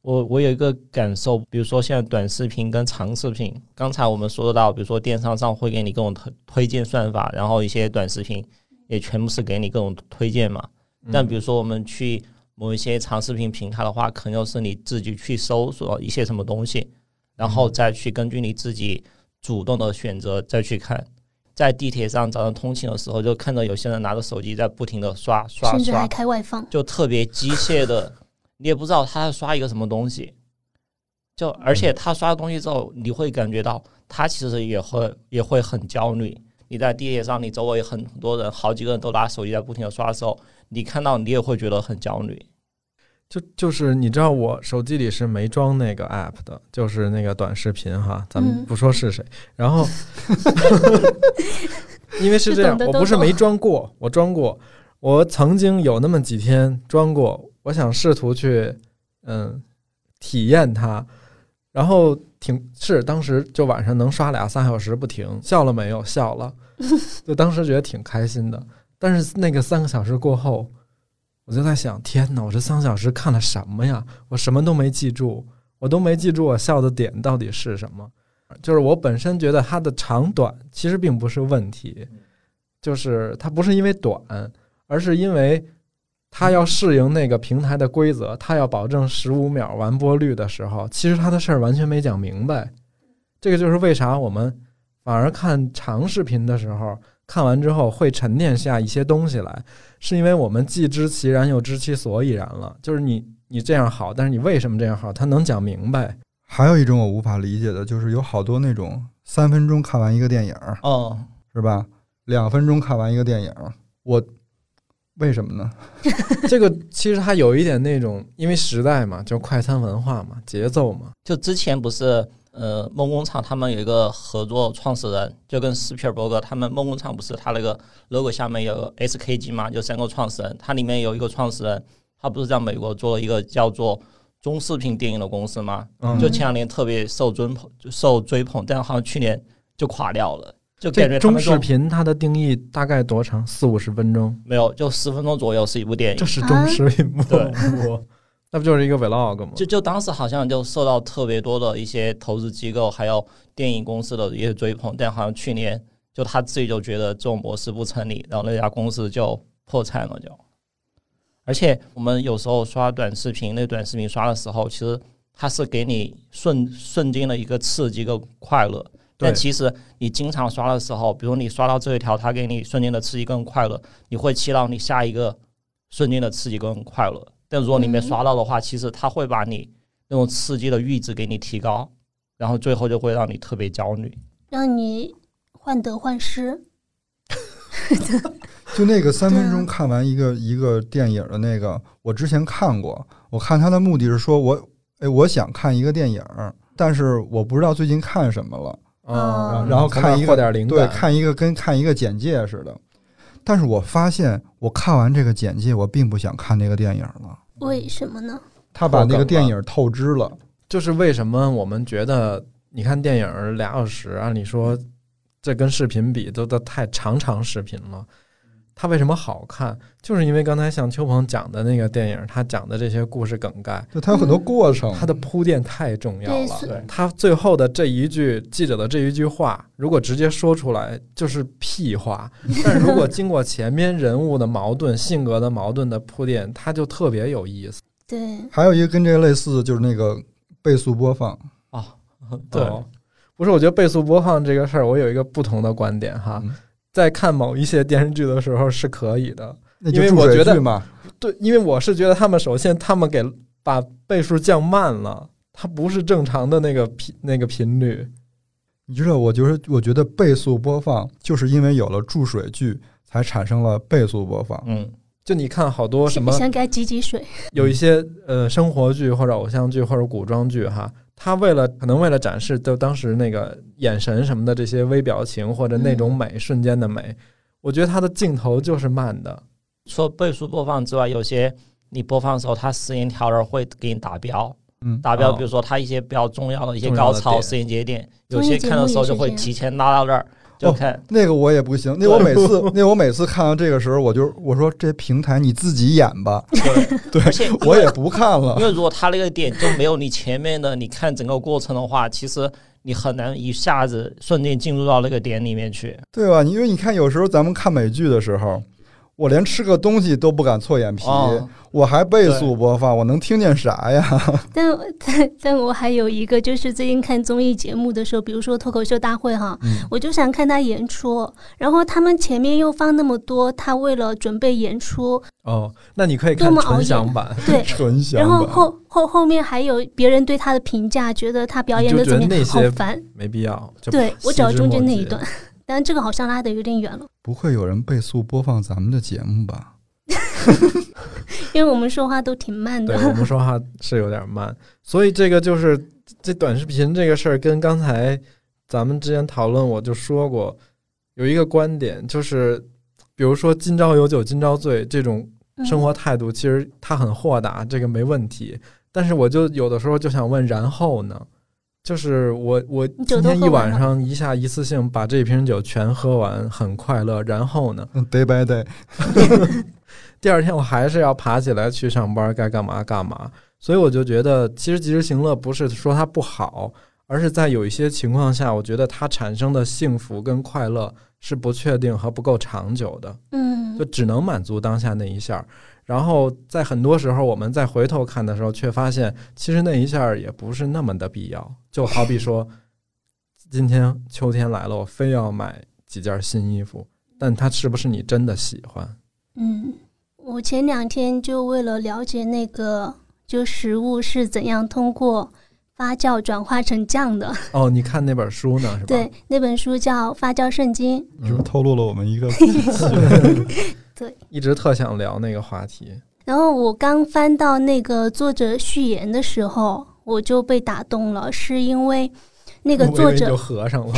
我我有一个感受，比如说现在短视频跟长视频，刚才我们说得到，比如说电商上会给你各种推推荐算法，然后一些短视频也全部是给你各种推荐嘛。但比如说我们去某一些长视频平台的话，可能是你自己去搜索一些什么东西，然后再去根据你自己主动的选择再去看。在地铁上早上通勤的时候，就看到有些人拿着手机在不停的刷刷刷， 甚至还开外放， 就特别机械的，你也不知道他在刷一个什么东西。就而且他刷的东西之后，你会感觉到他其实也会也会很焦虑。你在地铁上，你周围很多人，好几个人都拿手机在不停的刷的时候，你看到你也会觉得很焦虑。 就就是你知道我手机里是没装那个 app 的，就是那个短视频哈，咱们不说是谁。嗯、然后因为是这样，我不是没装过，我装过，我曾经有那么几天装过，我想试图去嗯体验它，然后挺是当时就晚上能刷俩仨小时不停，笑了没有？笑了，就当时觉得挺开心的。但是那个三个小时过后，我就在想，天哪，我这三个小时看了什么呀？我什么都没记住，我都没记住我笑的点到底是什么。就是我本身觉得它的长短其实并不是问题，就是它不是因为短，而是因为它要适应那个平台的规则，它要保证十五秒完播率的时候，其实它的事儿完全没讲明白。这个就是为啥我们反而看长视频的时候，看完之后会沉淀下一些东西来，是因为我们既知其然又知其所以然了。就是你你这样好，但是你为什么这样好，他能讲明白。 还有一种我无法理解的，就是有好多那种三分钟看完一个电影， 哦， 是吧？两分钟看完一个电影，我为什么呢？ 这个其实它有一点那种，因为时代嘛，就快餐文化嘛，节奏嘛。 就之前不是呃梦工厂他们有一个合作创始人，就跟斯皮尔伯格他们梦工厂不是他那个 logo 下面有 S K G 嘛，就三个创始人，他里面有一个创始人，他不是在美国做了一个叫做中视频电影的公司吗？嗯、就前两年特别受追捧，受追捧，但好像去年就垮掉了。就感觉中视频它的定义大概多长？四五十分钟？ 没有，就十分钟左右是一部电影。 这是中视频吗？ 对， 那不就是一个 vlog 吗？ 就就当时好像就受到特别多的一些投资机构还有电影公司的一些追捧，但好像去年就他自己就觉得这种模式不成立，然后那家公司就破产了就。而且我们有时候刷短视频，那短视频刷的时候，其实它是给你瞬瞬间的一个刺激，一个快乐。但其实你经常刷的时候，比如你刷到这一条，它给你瞬间的刺激更快乐，你会期待你下一个瞬间的刺激更快乐。但如果你没刷到的话，其实它会把你那种刺激的阈值给你提高，然后最后就会让你特别焦虑， 让你患得患失。 就那个三分钟看完一个一个电影的那个，我之前看过。我看他的目的是说我，哎，我想看一个电影，但是我不知道最近看什么了。 哦， 然后看一个点灵感， 对，看一个跟看一个简介似的。但是我发现，我看完这个简介，我并不想看那个电影了。 为什么呢？ 他把那个电影透支了。 就是为什么我们觉得，你看电影俩小时，按理说这跟视频比都都太长长视频了。它为什么好看？就是因为刚才像邱鹏讲的那个电影，他讲的这些故事梗概， 就它有很多过程， 它的铺垫太重要了。 对， 他最后的这一句记者的这一句话，如果直接说出来就是屁话，但是如果经过前面人物的矛盾、性格的矛盾的铺垫，它就特别有意思。 对， 还有一个跟这个类似，就是那个倍速播放啊、 哦，对，哦、不是，我觉得倍速播放这个事儿，我有一个不同的观点哈。嗯，在看某一些电视剧的时候是可以的，因为我觉得对，因为我是觉得他们首先他们给把倍数降慢了，它不是正常的那个频那个频率。 你知道，我就是我觉得倍速播放就是因为有了注水剧才产生了倍速播放。 嗯， 就你看好多什么， 先给它挤挤水， 有一些呃生活剧或者偶像剧或者古装剧哈。他为了可能为了展示就当时那个眼神什么的这些微表情或者那种美、嗯、瞬间的美，我觉得他的镜头就是慢的。 除了倍速播放之外，有些你播放的时候它时间条会给你打标，嗯，打标比如说它一些比较重要的一些高潮时间节点，有些看的时候就会提前拉到这儿， 就看、 哦、那个我也不行，那我每次那我每次看到这个时候，我就我说这平台你自己演吧， 对对， 而且我也不看了， 因为如果他那个点就没有你前面的，你看整个过程的话，其实你很难一下子瞬间进入到那个点里面去， 对吧？因为你看有时候咱们看美剧的时候，我连吃个东西都不敢错眼皮、哦、我还倍速播放，我能听见啥呀？ 但但但我还有一个，就是最近看综艺节目的时候，比如说脱口秀大会哈、嗯，我就想看他演出，然后他们前面又放那么多，他为了准备演出， 哦，那你可以看纯享版， 对， 纯享版， 然后后后后面还有别人对他的评价，觉得他表演的怎么样，好烦， 没必要。 对，我只要中间那一段。但这个好像拉得有点远了， 不会有人倍速播放咱们的节目吧？ 因为我们说话都挺慢的， 对，我们说话是有点慢，所以这个就是这短视频这个事儿，跟刚才咱们之前讨论我就说过，有一个观点就是，比如说今朝有酒今朝醉这种生活态度，其实它很豁达，这个没问题。但是我就有的时候就想问，然后呢？就是我我今天一晚上一下一次性把这瓶酒全喝完，很快乐。然后呢 ，day by day， 第二天我还是要爬起来去上班，该干嘛干嘛。所以我就觉得，其实及时行乐不是说它不好，而是在有一些情况下，我觉得它产生的幸福跟快乐是不确定和不够长久的。 嗯， 就只能满足当下那一下。然后在很多时候我们再回头看的时候，却发现其实那一下也不是那么的必要。就好比说今天秋天来了，我非要买几件新衣服，但它是不是你真的喜欢？ 嗯，我前两天就为了了解那个就食物是怎样通过发酵转化成酱的。 哦，你看那本书呢是吧？ 对，那本书叫《发酵圣经》。 你是不是透露了我们一个对， 一直特想聊那个话题。 然后我刚翻到那个作者序言的时候，我就被打动了，是因为那个作者就合上了。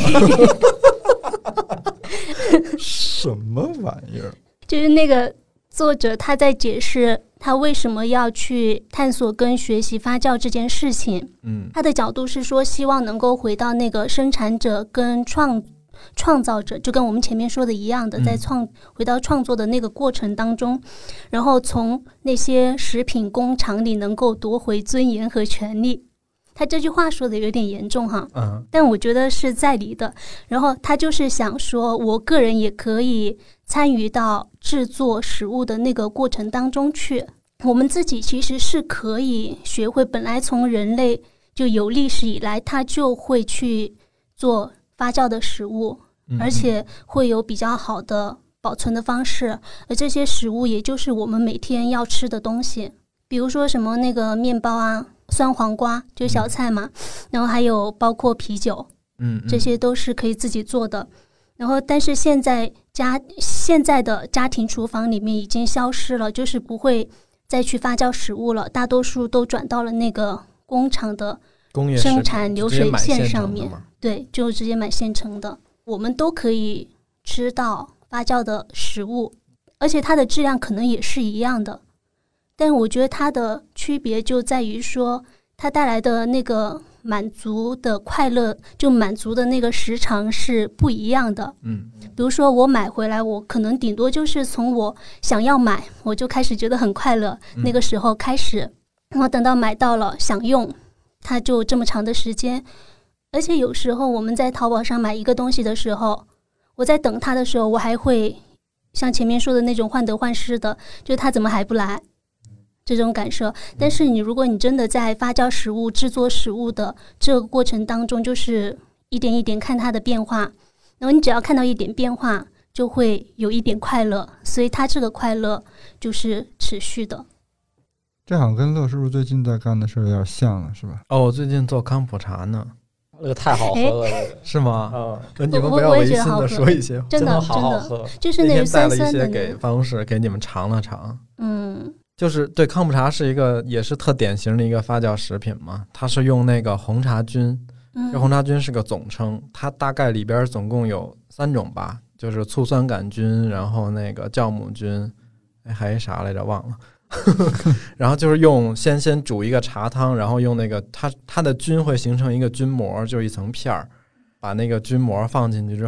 什么玩意儿？ 就是那个作者他在解释他为什么要去探索跟学习发酵这件事情。 嗯， 他的角度是说，希望能够回到那个生产者跟创创造者，就跟我们前面说的一样的，在创回到创作的那个过程当中，然后从那些食品工厂里能够夺回尊严和权利。他这句话说的有点严重哈， 嗯， 但我觉得是在理的。然后他就是想说，我个人也可以参与到制作食物的那个过程当中去。我们自己其实是可以学会，本来从人类就有历史以来，他就会去做发酵的食物，而且会有比较好的保存的方式，而这些食物也就是我们每天要吃的东西，比如说什么那个面包啊，酸黄瓜就是小菜嘛，然后还有包括啤酒， 嗯， 这些都是可以自己做的。然后但是现在家现在的家庭厨房里面已经消失了，就是不会再去发酵食物了，大多数都转到了那个工厂的生产流水线上面，对，就直接买现成的。我们都可以吃到发酵的食物，而且它的质量可能也是一样的，但我觉得它的区别就在于说，它带来的那个满足的快乐，就满足的那个时长是不一样的。 嗯， 比如说我买回来，我可能顶多就是从我想要买，我就开始觉得很快乐， 嗯、 那个时候开始，然后等到买到了想用，它就这么长的时间。而且有时候我们在淘宝上买一个东西的时候，我在等它的时候，我还会像前面说的那种患得患失的，就是它怎么还不来这种感受。但是你如果你真的在发酵食物制作食物的这个过程当中，就是一点一点看它的变化，然后你只要看到一点变化就会有一点快乐，所以它这个快乐就是持续的。 这好像跟乐师傅最近在干的事有点像了，是吧？ 哦，我最近做康普茶呢。 那个太好喝了，那个是吗？ 嗯， 那你们不要违心的说一些， 真的好好喝， 就是那个酸酸的。 带了一些给办公室给你们尝了尝。 嗯， 就是对，康普茶是一个也是特典型的一个发酵食品嘛，它是用那个红茶菌， 嗯、 这红茶菌是个总称，它大概里边总共有三种吧，就是醋酸杆菌，然后那个酵母菌，哎，还有啥来着忘了。然后就是用先先煮一个茶汤，然后用那个它它的菌会形成一个菌膜，就是一层片儿，把那个菌膜放进去之后，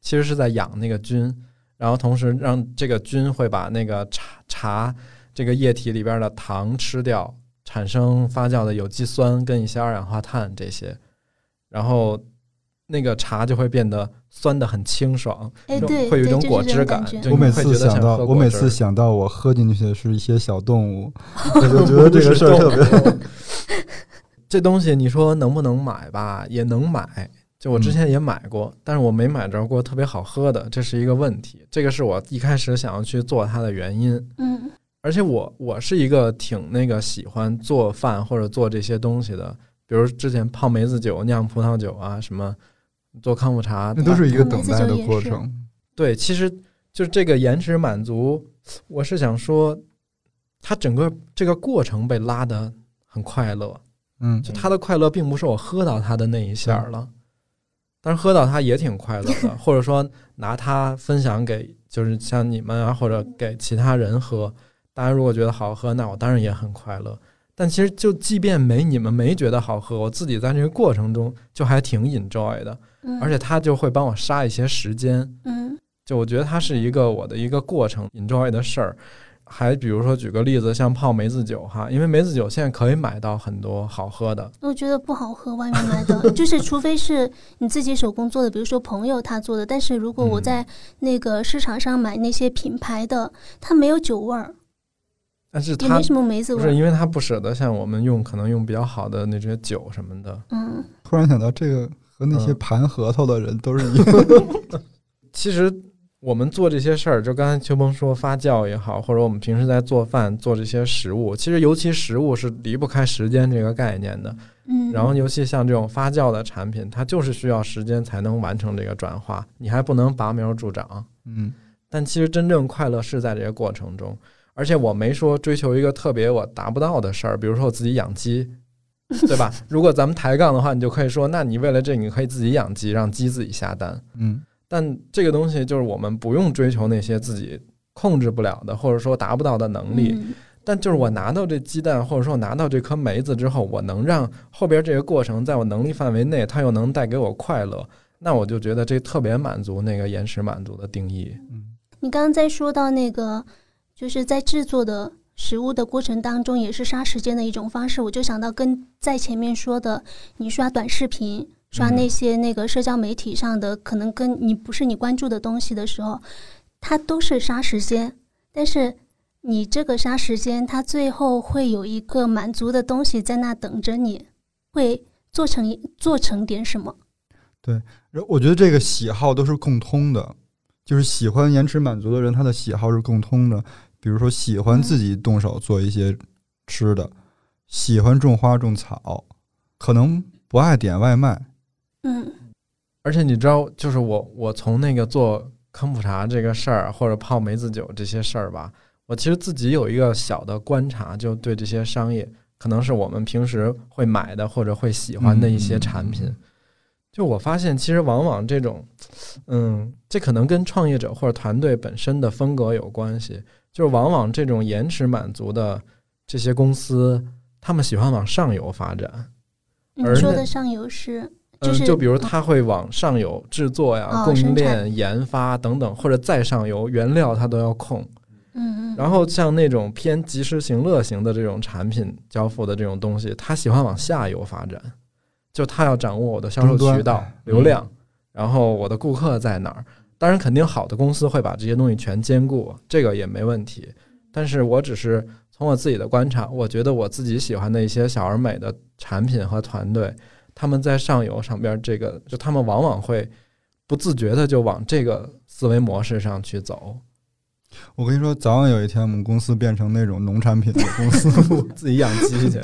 其实是在养那个菌，然后同时让这个菌会把那个茶茶这个液体里边的糖吃掉，产生发酵的有机酸跟一些二氧化碳这些，然后那个茶就会变得酸的很清爽， 哎，对， 会有一种果汁感。 对， 我每次想到，我每次想到我喝进去的是一些小动物，我就觉得这个事儿特别。 这东西你说能不能买吧？也能买。就我之前也买过，嗯、但是我没买着过特别好喝的，这是一个问题。这个是我一开始想要去做它的原因。 嗯， 而且我我是一个挺那个喜欢做饭或者做这些东西的，比如之前泡梅子酒、酿葡萄酒啊，什么做康复茶， 那都是一个等待的过程。 对，其实就是这个延迟满足，我是想说，它整个这个过程被拉得很快乐。 嗯， 就它的快乐并不是我喝到它的那一下了。嗯，但是喝到它也挺快乐的，或者说拿它分享给就是像你们啊，或者给其他人喝，大家如果觉得好喝，那我当然也很快乐。但其实就即便没你们没觉得好喝，我自己在这个过程中就还挺 enjoy 的， 嗯， 而且它就会帮我杀一些时间。 嗯， 就我觉得它是一个我的一个过程 enjoy 的事儿。还比如说举个例子，像泡梅子酒哈，因为梅子酒现在可以买到很多好喝的。 我觉得不好喝，外面买的就是除非是你自己手工做的，比如说朋友他做的，但是如果我在那个市场上买那些品牌的，嗯、它没有酒味儿， 但是它也没什么梅子味儿， 不是因为它不舍得像我们用可能用比较好的那些酒什么的。 嗯， 突然想到这个和那些盘核桃的人都是一样。 嗯、其实。我们做这些事儿，就刚才秋鹏说发酵也好，或者我们平时在做饭做这些食物，其实尤其食物是离不开时间这个概念的。 嗯， 然后尤其像这种发酵的产品，它就是需要时间才能完成这个转化，你还不能拔苗助长。 嗯， 但其实真正快乐是在这个过程中，而且我没说追求一个特别我达不到的事儿，比如说我自己养鸡，对吧？如果咱们抬杠的话，你就可以说，那你为了这，你可以自己养鸡，让鸡自己下蛋。 嗯。 但这个东西就是我们不用追求那些自己控制不了的，或者说达不到的能力。 嗯、 但就是我拿到这鸡蛋，或者说我拿到这颗梅子之后，我能让后边这个过程在我能力范围内，它又能带给我快乐，那我就觉得这特别满足那个延迟满足的定义。 嗯， 你刚刚在说到那个，就是在制作的食物的过程当中，也是杀时间的一种方式。我就想到跟在前面说的，你刷短视频。刷那些那个社交媒体上的，可能跟你不是你关注的东西的时候，它都是杀时间。但是你这个杀时间，它最后会有一个满足的东西在那等着你，会做成做成点什么。 对，我觉得这个喜好都是共通的，就是喜欢延迟满足的人，他的喜好是共通的。比如说喜欢自己动手做一些吃的，嗯、喜欢种花种草，可能不爱点外卖。 嗯， 而且你知道，就是我我从那个做康普茶这个事儿，或者泡梅子酒这些事儿吧，我其实自己有一个小的观察，就对这些商业，可能是我们平时会买的或者会喜欢的一些产品，嗯、就我发现，其实往往这种，嗯，这可能跟创业者或者团队本身的风格有关系，就是往往这种延迟满足的这些公司，他们喜欢往上游发展。 你说的上游是？就是、 嗯，就比如他会往上游制作呀、 哦、 供应链、研发等等，或者再上游原料他都要控。 嗯嗯。 然后像那种偏及时行乐型的这种产品交付的这种东西，他喜欢往下游发展，就他要掌握我的销售渠道、流量，嗯、然后我的顾客在哪儿。当然，肯定好的公司会把这些东西全兼顾，这个也没问题。但是我只是从我自己的观察，我觉得我自己喜欢的一些小而美的产品和团队。他们在上游上边，这个就他们往往会不自觉的就往这个思维模式上去走。 我跟你说，早晚有一天我们公司变成那种农产品的公司， 自己养鸡去。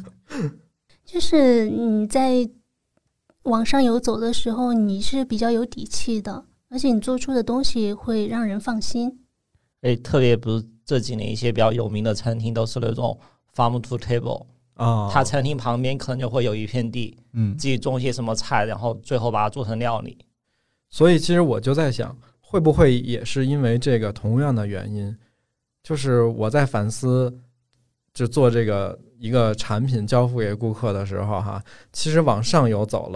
就是你在往上游走的时候，你是比较有底气的，而且你做出的东西会让人放心。 哎，特别不是这几年一些比较有名的餐厅都是那种 farm to table。 啊， 他餐厅旁边可能就会有一片地， 嗯， 自己种一些什么菜，然后最后把它做成料理。 所以其实我就在想，会不会也是因为这个同样的原因，就是我在反思，就做这个一个产品交付给顾客的时候哈，其实往上游走了，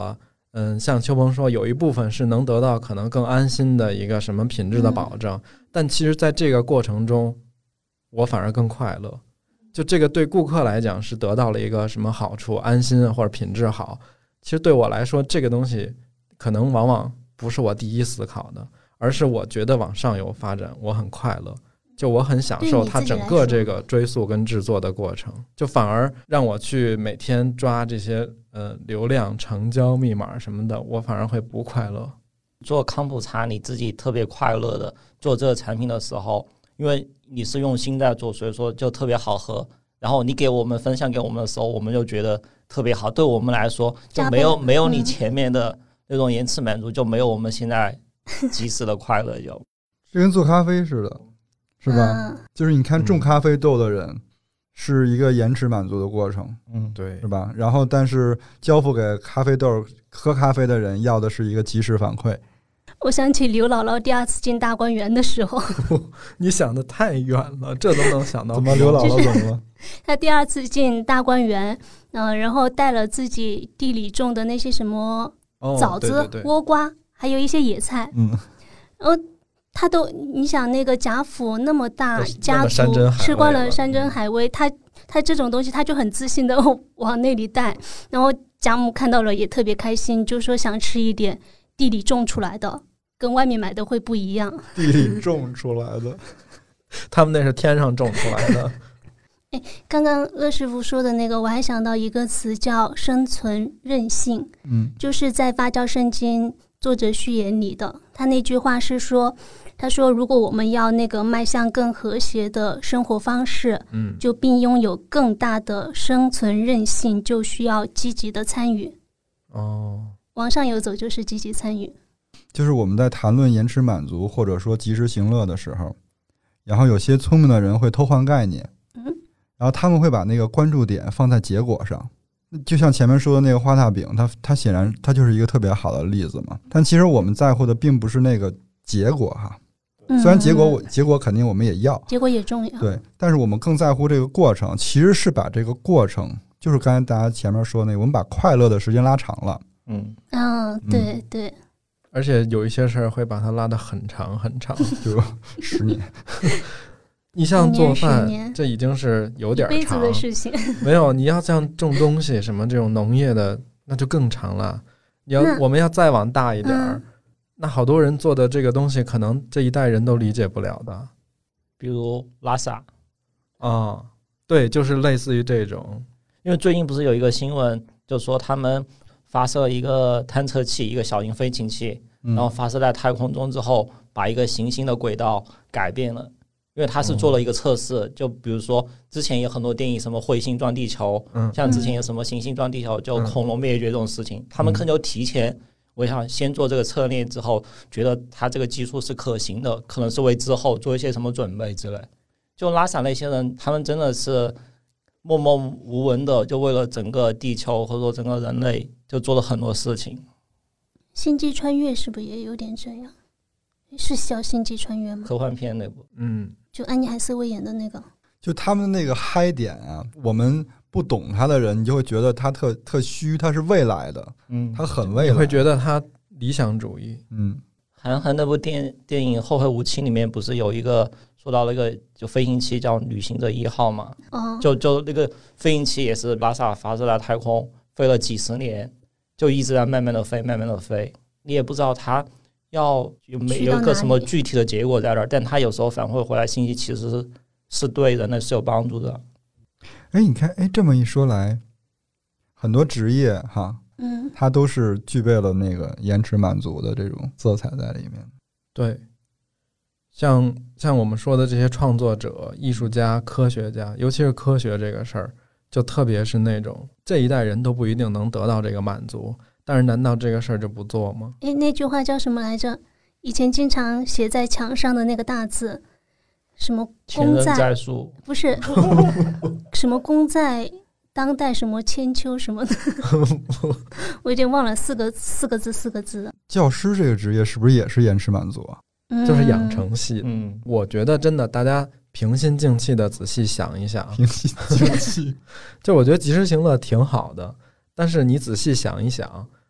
嗯，像邱鹏说，有一部分是能得到可能更安心的一个什么品质的保证，嗯、但其实在这个过程中，我反而更快乐。就这个对顾客来讲是得到了一个什么好处，安心或者品质好。其实对我来说，这个东西可能往往不是我第一思考的，而是我觉得往上游发展，我很快乐。就我很享受它整个这个追溯跟制作的过程，就反而让我去每天抓这些呃流量、成交密码什么的，我反而会不快乐。 做康普茶你自己特别快乐的做这个产品的时候，因为你是用心在做，所以说就特别好喝。然后你给我们分享给我们的时候，我们就觉得特别好。对我们来说，就没有没有你前面的那种延迟满足，就没有我们现在及时的快乐就。 这跟做咖啡似的。是吧、嗯、就是你看种咖啡豆的人是一个延迟满足的过程， 嗯，对， 是吧？然后但是交付给咖啡豆喝咖啡的人要的是一个及时反馈。 我想起刘姥姥第二次进大观园的时候你想的太远了，这都能想到。 怎么刘姥姥怎么了？ 她第二次进大观园、呃、然后带了自己地里种的那些什么枣子、 哦、对对对倭瓜还有一些野菜， 嗯， 然后他都，你想那个贾府那么大家族，吃惯了山珍海味，他他这种东西他就很自信的往那里带，然后贾母看到了也特别开心，就说想吃一点地里种出来的，跟外面买的会不一样。 地里种出来的， 他们那是天上种出来的。 哎，刚刚乐师傅说的那个，我还想到一个词叫生存韧性， 嗯， 就是在发酵圣经作者序言里的，他那句话是说，他说如果我们要那个迈向更和谐的生活方式， 嗯， 就并拥有更大的生存韧性，就需要积极的参与。 哦， 往上游走就是积极参与。 就是我们在谈论延迟满足或者说及时行乐的时候，然后有些聪明的人会偷换概念， 嗯， 然后他们会把那个关注点放在结果上。就像前面说的那个花大饼，它它显然它就是一个特别好的例子嘛。但其实我们在乎的并不是那个结果哈，虽然结果我结果肯定我们也要， 结果也重要， 对，但是我们更在乎这个过程，其实是把这个过程，就是刚才大家前面说那个，我们把快乐的时间拉长了。 嗯， 啊，对对。 而且有一些事儿会把它拉得很长很长， 就十年。 你像做饭，这已经是有点长， 一辈子的事情。 没有，你要像种东西什么这种农业的，那就更长了。你要我们要再往大一点、嗯，那好多人做的这个东西，可能这一代人都理解不了的。 比如拉萨， 啊，对，就是类似于这种。 因为最近不是有一个新闻，就说他们发射一个探测器，一个小型飞行器，然后发射在太空中之后，把一个行星的轨道改变了。因为他是做了一个测试、嗯，就比如说之前有很多电影，什么彗星撞地球、嗯，像之前有什么行星撞地球，就恐龙灭绝这种事情，嗯、他们可能就提前，我想先做这个测验之后，觉得他这个技术是可行的，可能是为之后做一些什么准备之类。就拉萨那些人，他们真的是默默无闻的，就为了整个地球或者说整个人类，就做了很多事情。 星际穿越是不是也有点这样？是叫星际穿越吗？ 科幻片那部， 嗯， 就安妮海瑟薇演的那个。 就他们那个嗨点啊，我们不懂他的人，你就会觉得他特特虚，他是未来的， 嗯， 他很未来， 你会觉得他理想主义， 嗯。 韩寒那部电电影《后会无期》里面不是有一个说到那个就飞行器叫旅行者一号嘛？ 哦， 就就那个飞行器也是拉萨发射在太空，飞了几十年，就一直在慢慢的飞，慢慢的飞，你也不知道它要有没有一个什么具体的结果在这儿，但它有时候反馈回来信息其实是是对人类是有帮助的。 哎，你看，哎，这么一说来，很多职业哈。 嗯， 它都是具备了那个延迟满足的这种色彩在里面。 对，像像我们说的这些创作者、艺术家、科学家，尤其是科学这个事儿，就特别是那种这一代人都不一定能得到这个满足，但是难道这个事儿就不做吗？ 诶，那句话叫什么来着？以前经常写在墙上的那个大字，什么功在在树， 不是什么功在当代什么千秋什么的我有点忘了，四个四个字四个字。 教师这个职业是不是也是延迟满足啊？ 嗯、 就是养成系。 嗯， 我觉得真的大家平心静气的仔细想一想， 平心静气就我觉得及时行乐挺好的，但是你仔细想一想，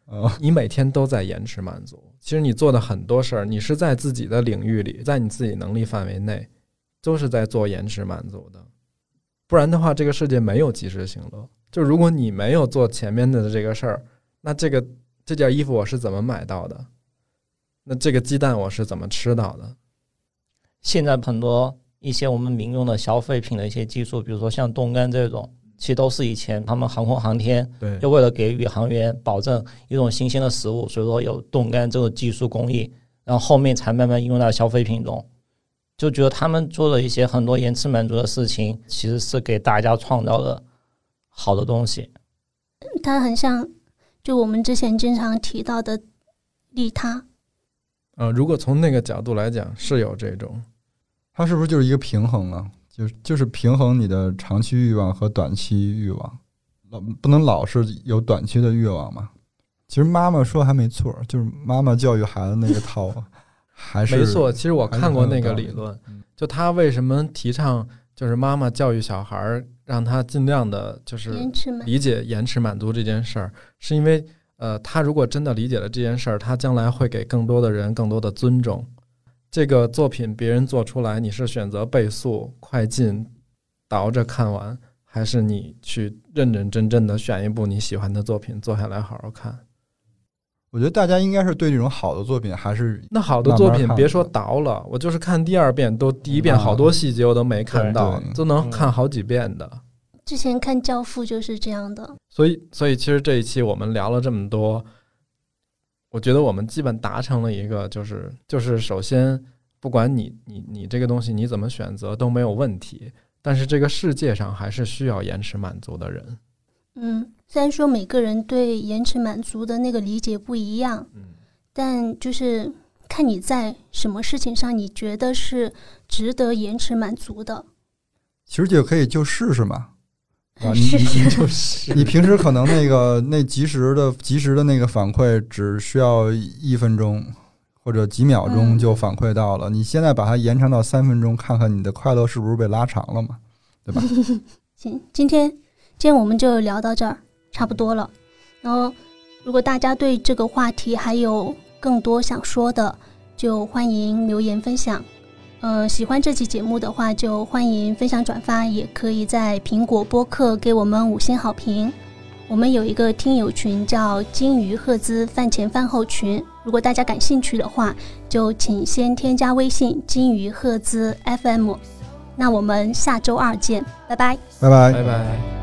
哦， 你每天都在延迟满足。其实你做的很多事儿，你是在自己的领域里，在你自己能力范围内，都是在做延迟满足的。不然的话，这个世界没有及时行乐。就如果你没有做前面的这个事儿，那这个这件衣服我是怎么买到的？那这个鸡蛋我是怎么吃到的？ 现在很多一些我们民用的消费品的一些技术，比如说像冻干这种，其实都是以前他们航空航天对， 就为了给宇航员保证一种新鲜的食物，所以说有冻干这种技术工艺，然后后面才慢慢应用到消费品中。就觉得他们做了一些很多延迟满足的事情，其实是给大家创造了好的东西。 它很像就我们之前经常提到的利他。 呃，如果从那个角度来讲，是有这种， 它是不是就是一个平衡呢？就就是平衡你的长期欲望和短期欲望，老不能老是有短期的欲望嘛。其实妈妈说还没错，就是妈妈教育孩子那个套还是没错。其实我看过那个理论， 嗯、 就他为什么提倡就是妈妈教育小孩，让他尽量的就是理解延迟满足这件事儿，是因为呃，他如果真的理解了这件事儿，他将来会给更多的人更多的尊重。这个作品别人做出来，你是选择倍速快进倒着看完，还是你去认认真真的选一部你喜欢的作品坐下来好好看？ 我觉得大家应该是对这种好的作品还是那好的作品别说倒了，我就是看第二遍都第一遍好多细节我都没看到，都能看好几遍的。 之前看《教父》就是这样的。 所以所以其实这一期我们聊了这么多，我觉得我们基本达成了一个就是就是首先不管你你你这个东西你怎么选择都没有问题，但是这个世界上还是需要延迟满足的人。 嗯，虽然说每个人对延迟满足的那个理解不一样， 嗯， 但就是看你在什么事情上你觉得是值得延迟满足的。 其实就可以就试试嘛。啊，你你你就是你平时可能那个那及时的及时的那个反馈只需要一分钟或者几秒钟就反馈到了，嗯、你现在把它延长到三分钟，看看你的快乐是不是被拉长了嘛？对吧？ 行，今天今天我们就聊到这儿，差不多了。然后，如果大家对这个话题还有更多想说的，就欢迎留言分享。呃，喜欢这期节目的话，就欢迎分享转发，也可以在苹果播客给我们五星好评。我们有一个听友群叫金鱼赫兹饭前饭后群，如果大家感兴趣的话，就请先添加微信金鱼赫兹 F M。那我们下周二见，拜拜， 拜拜， 拜拜。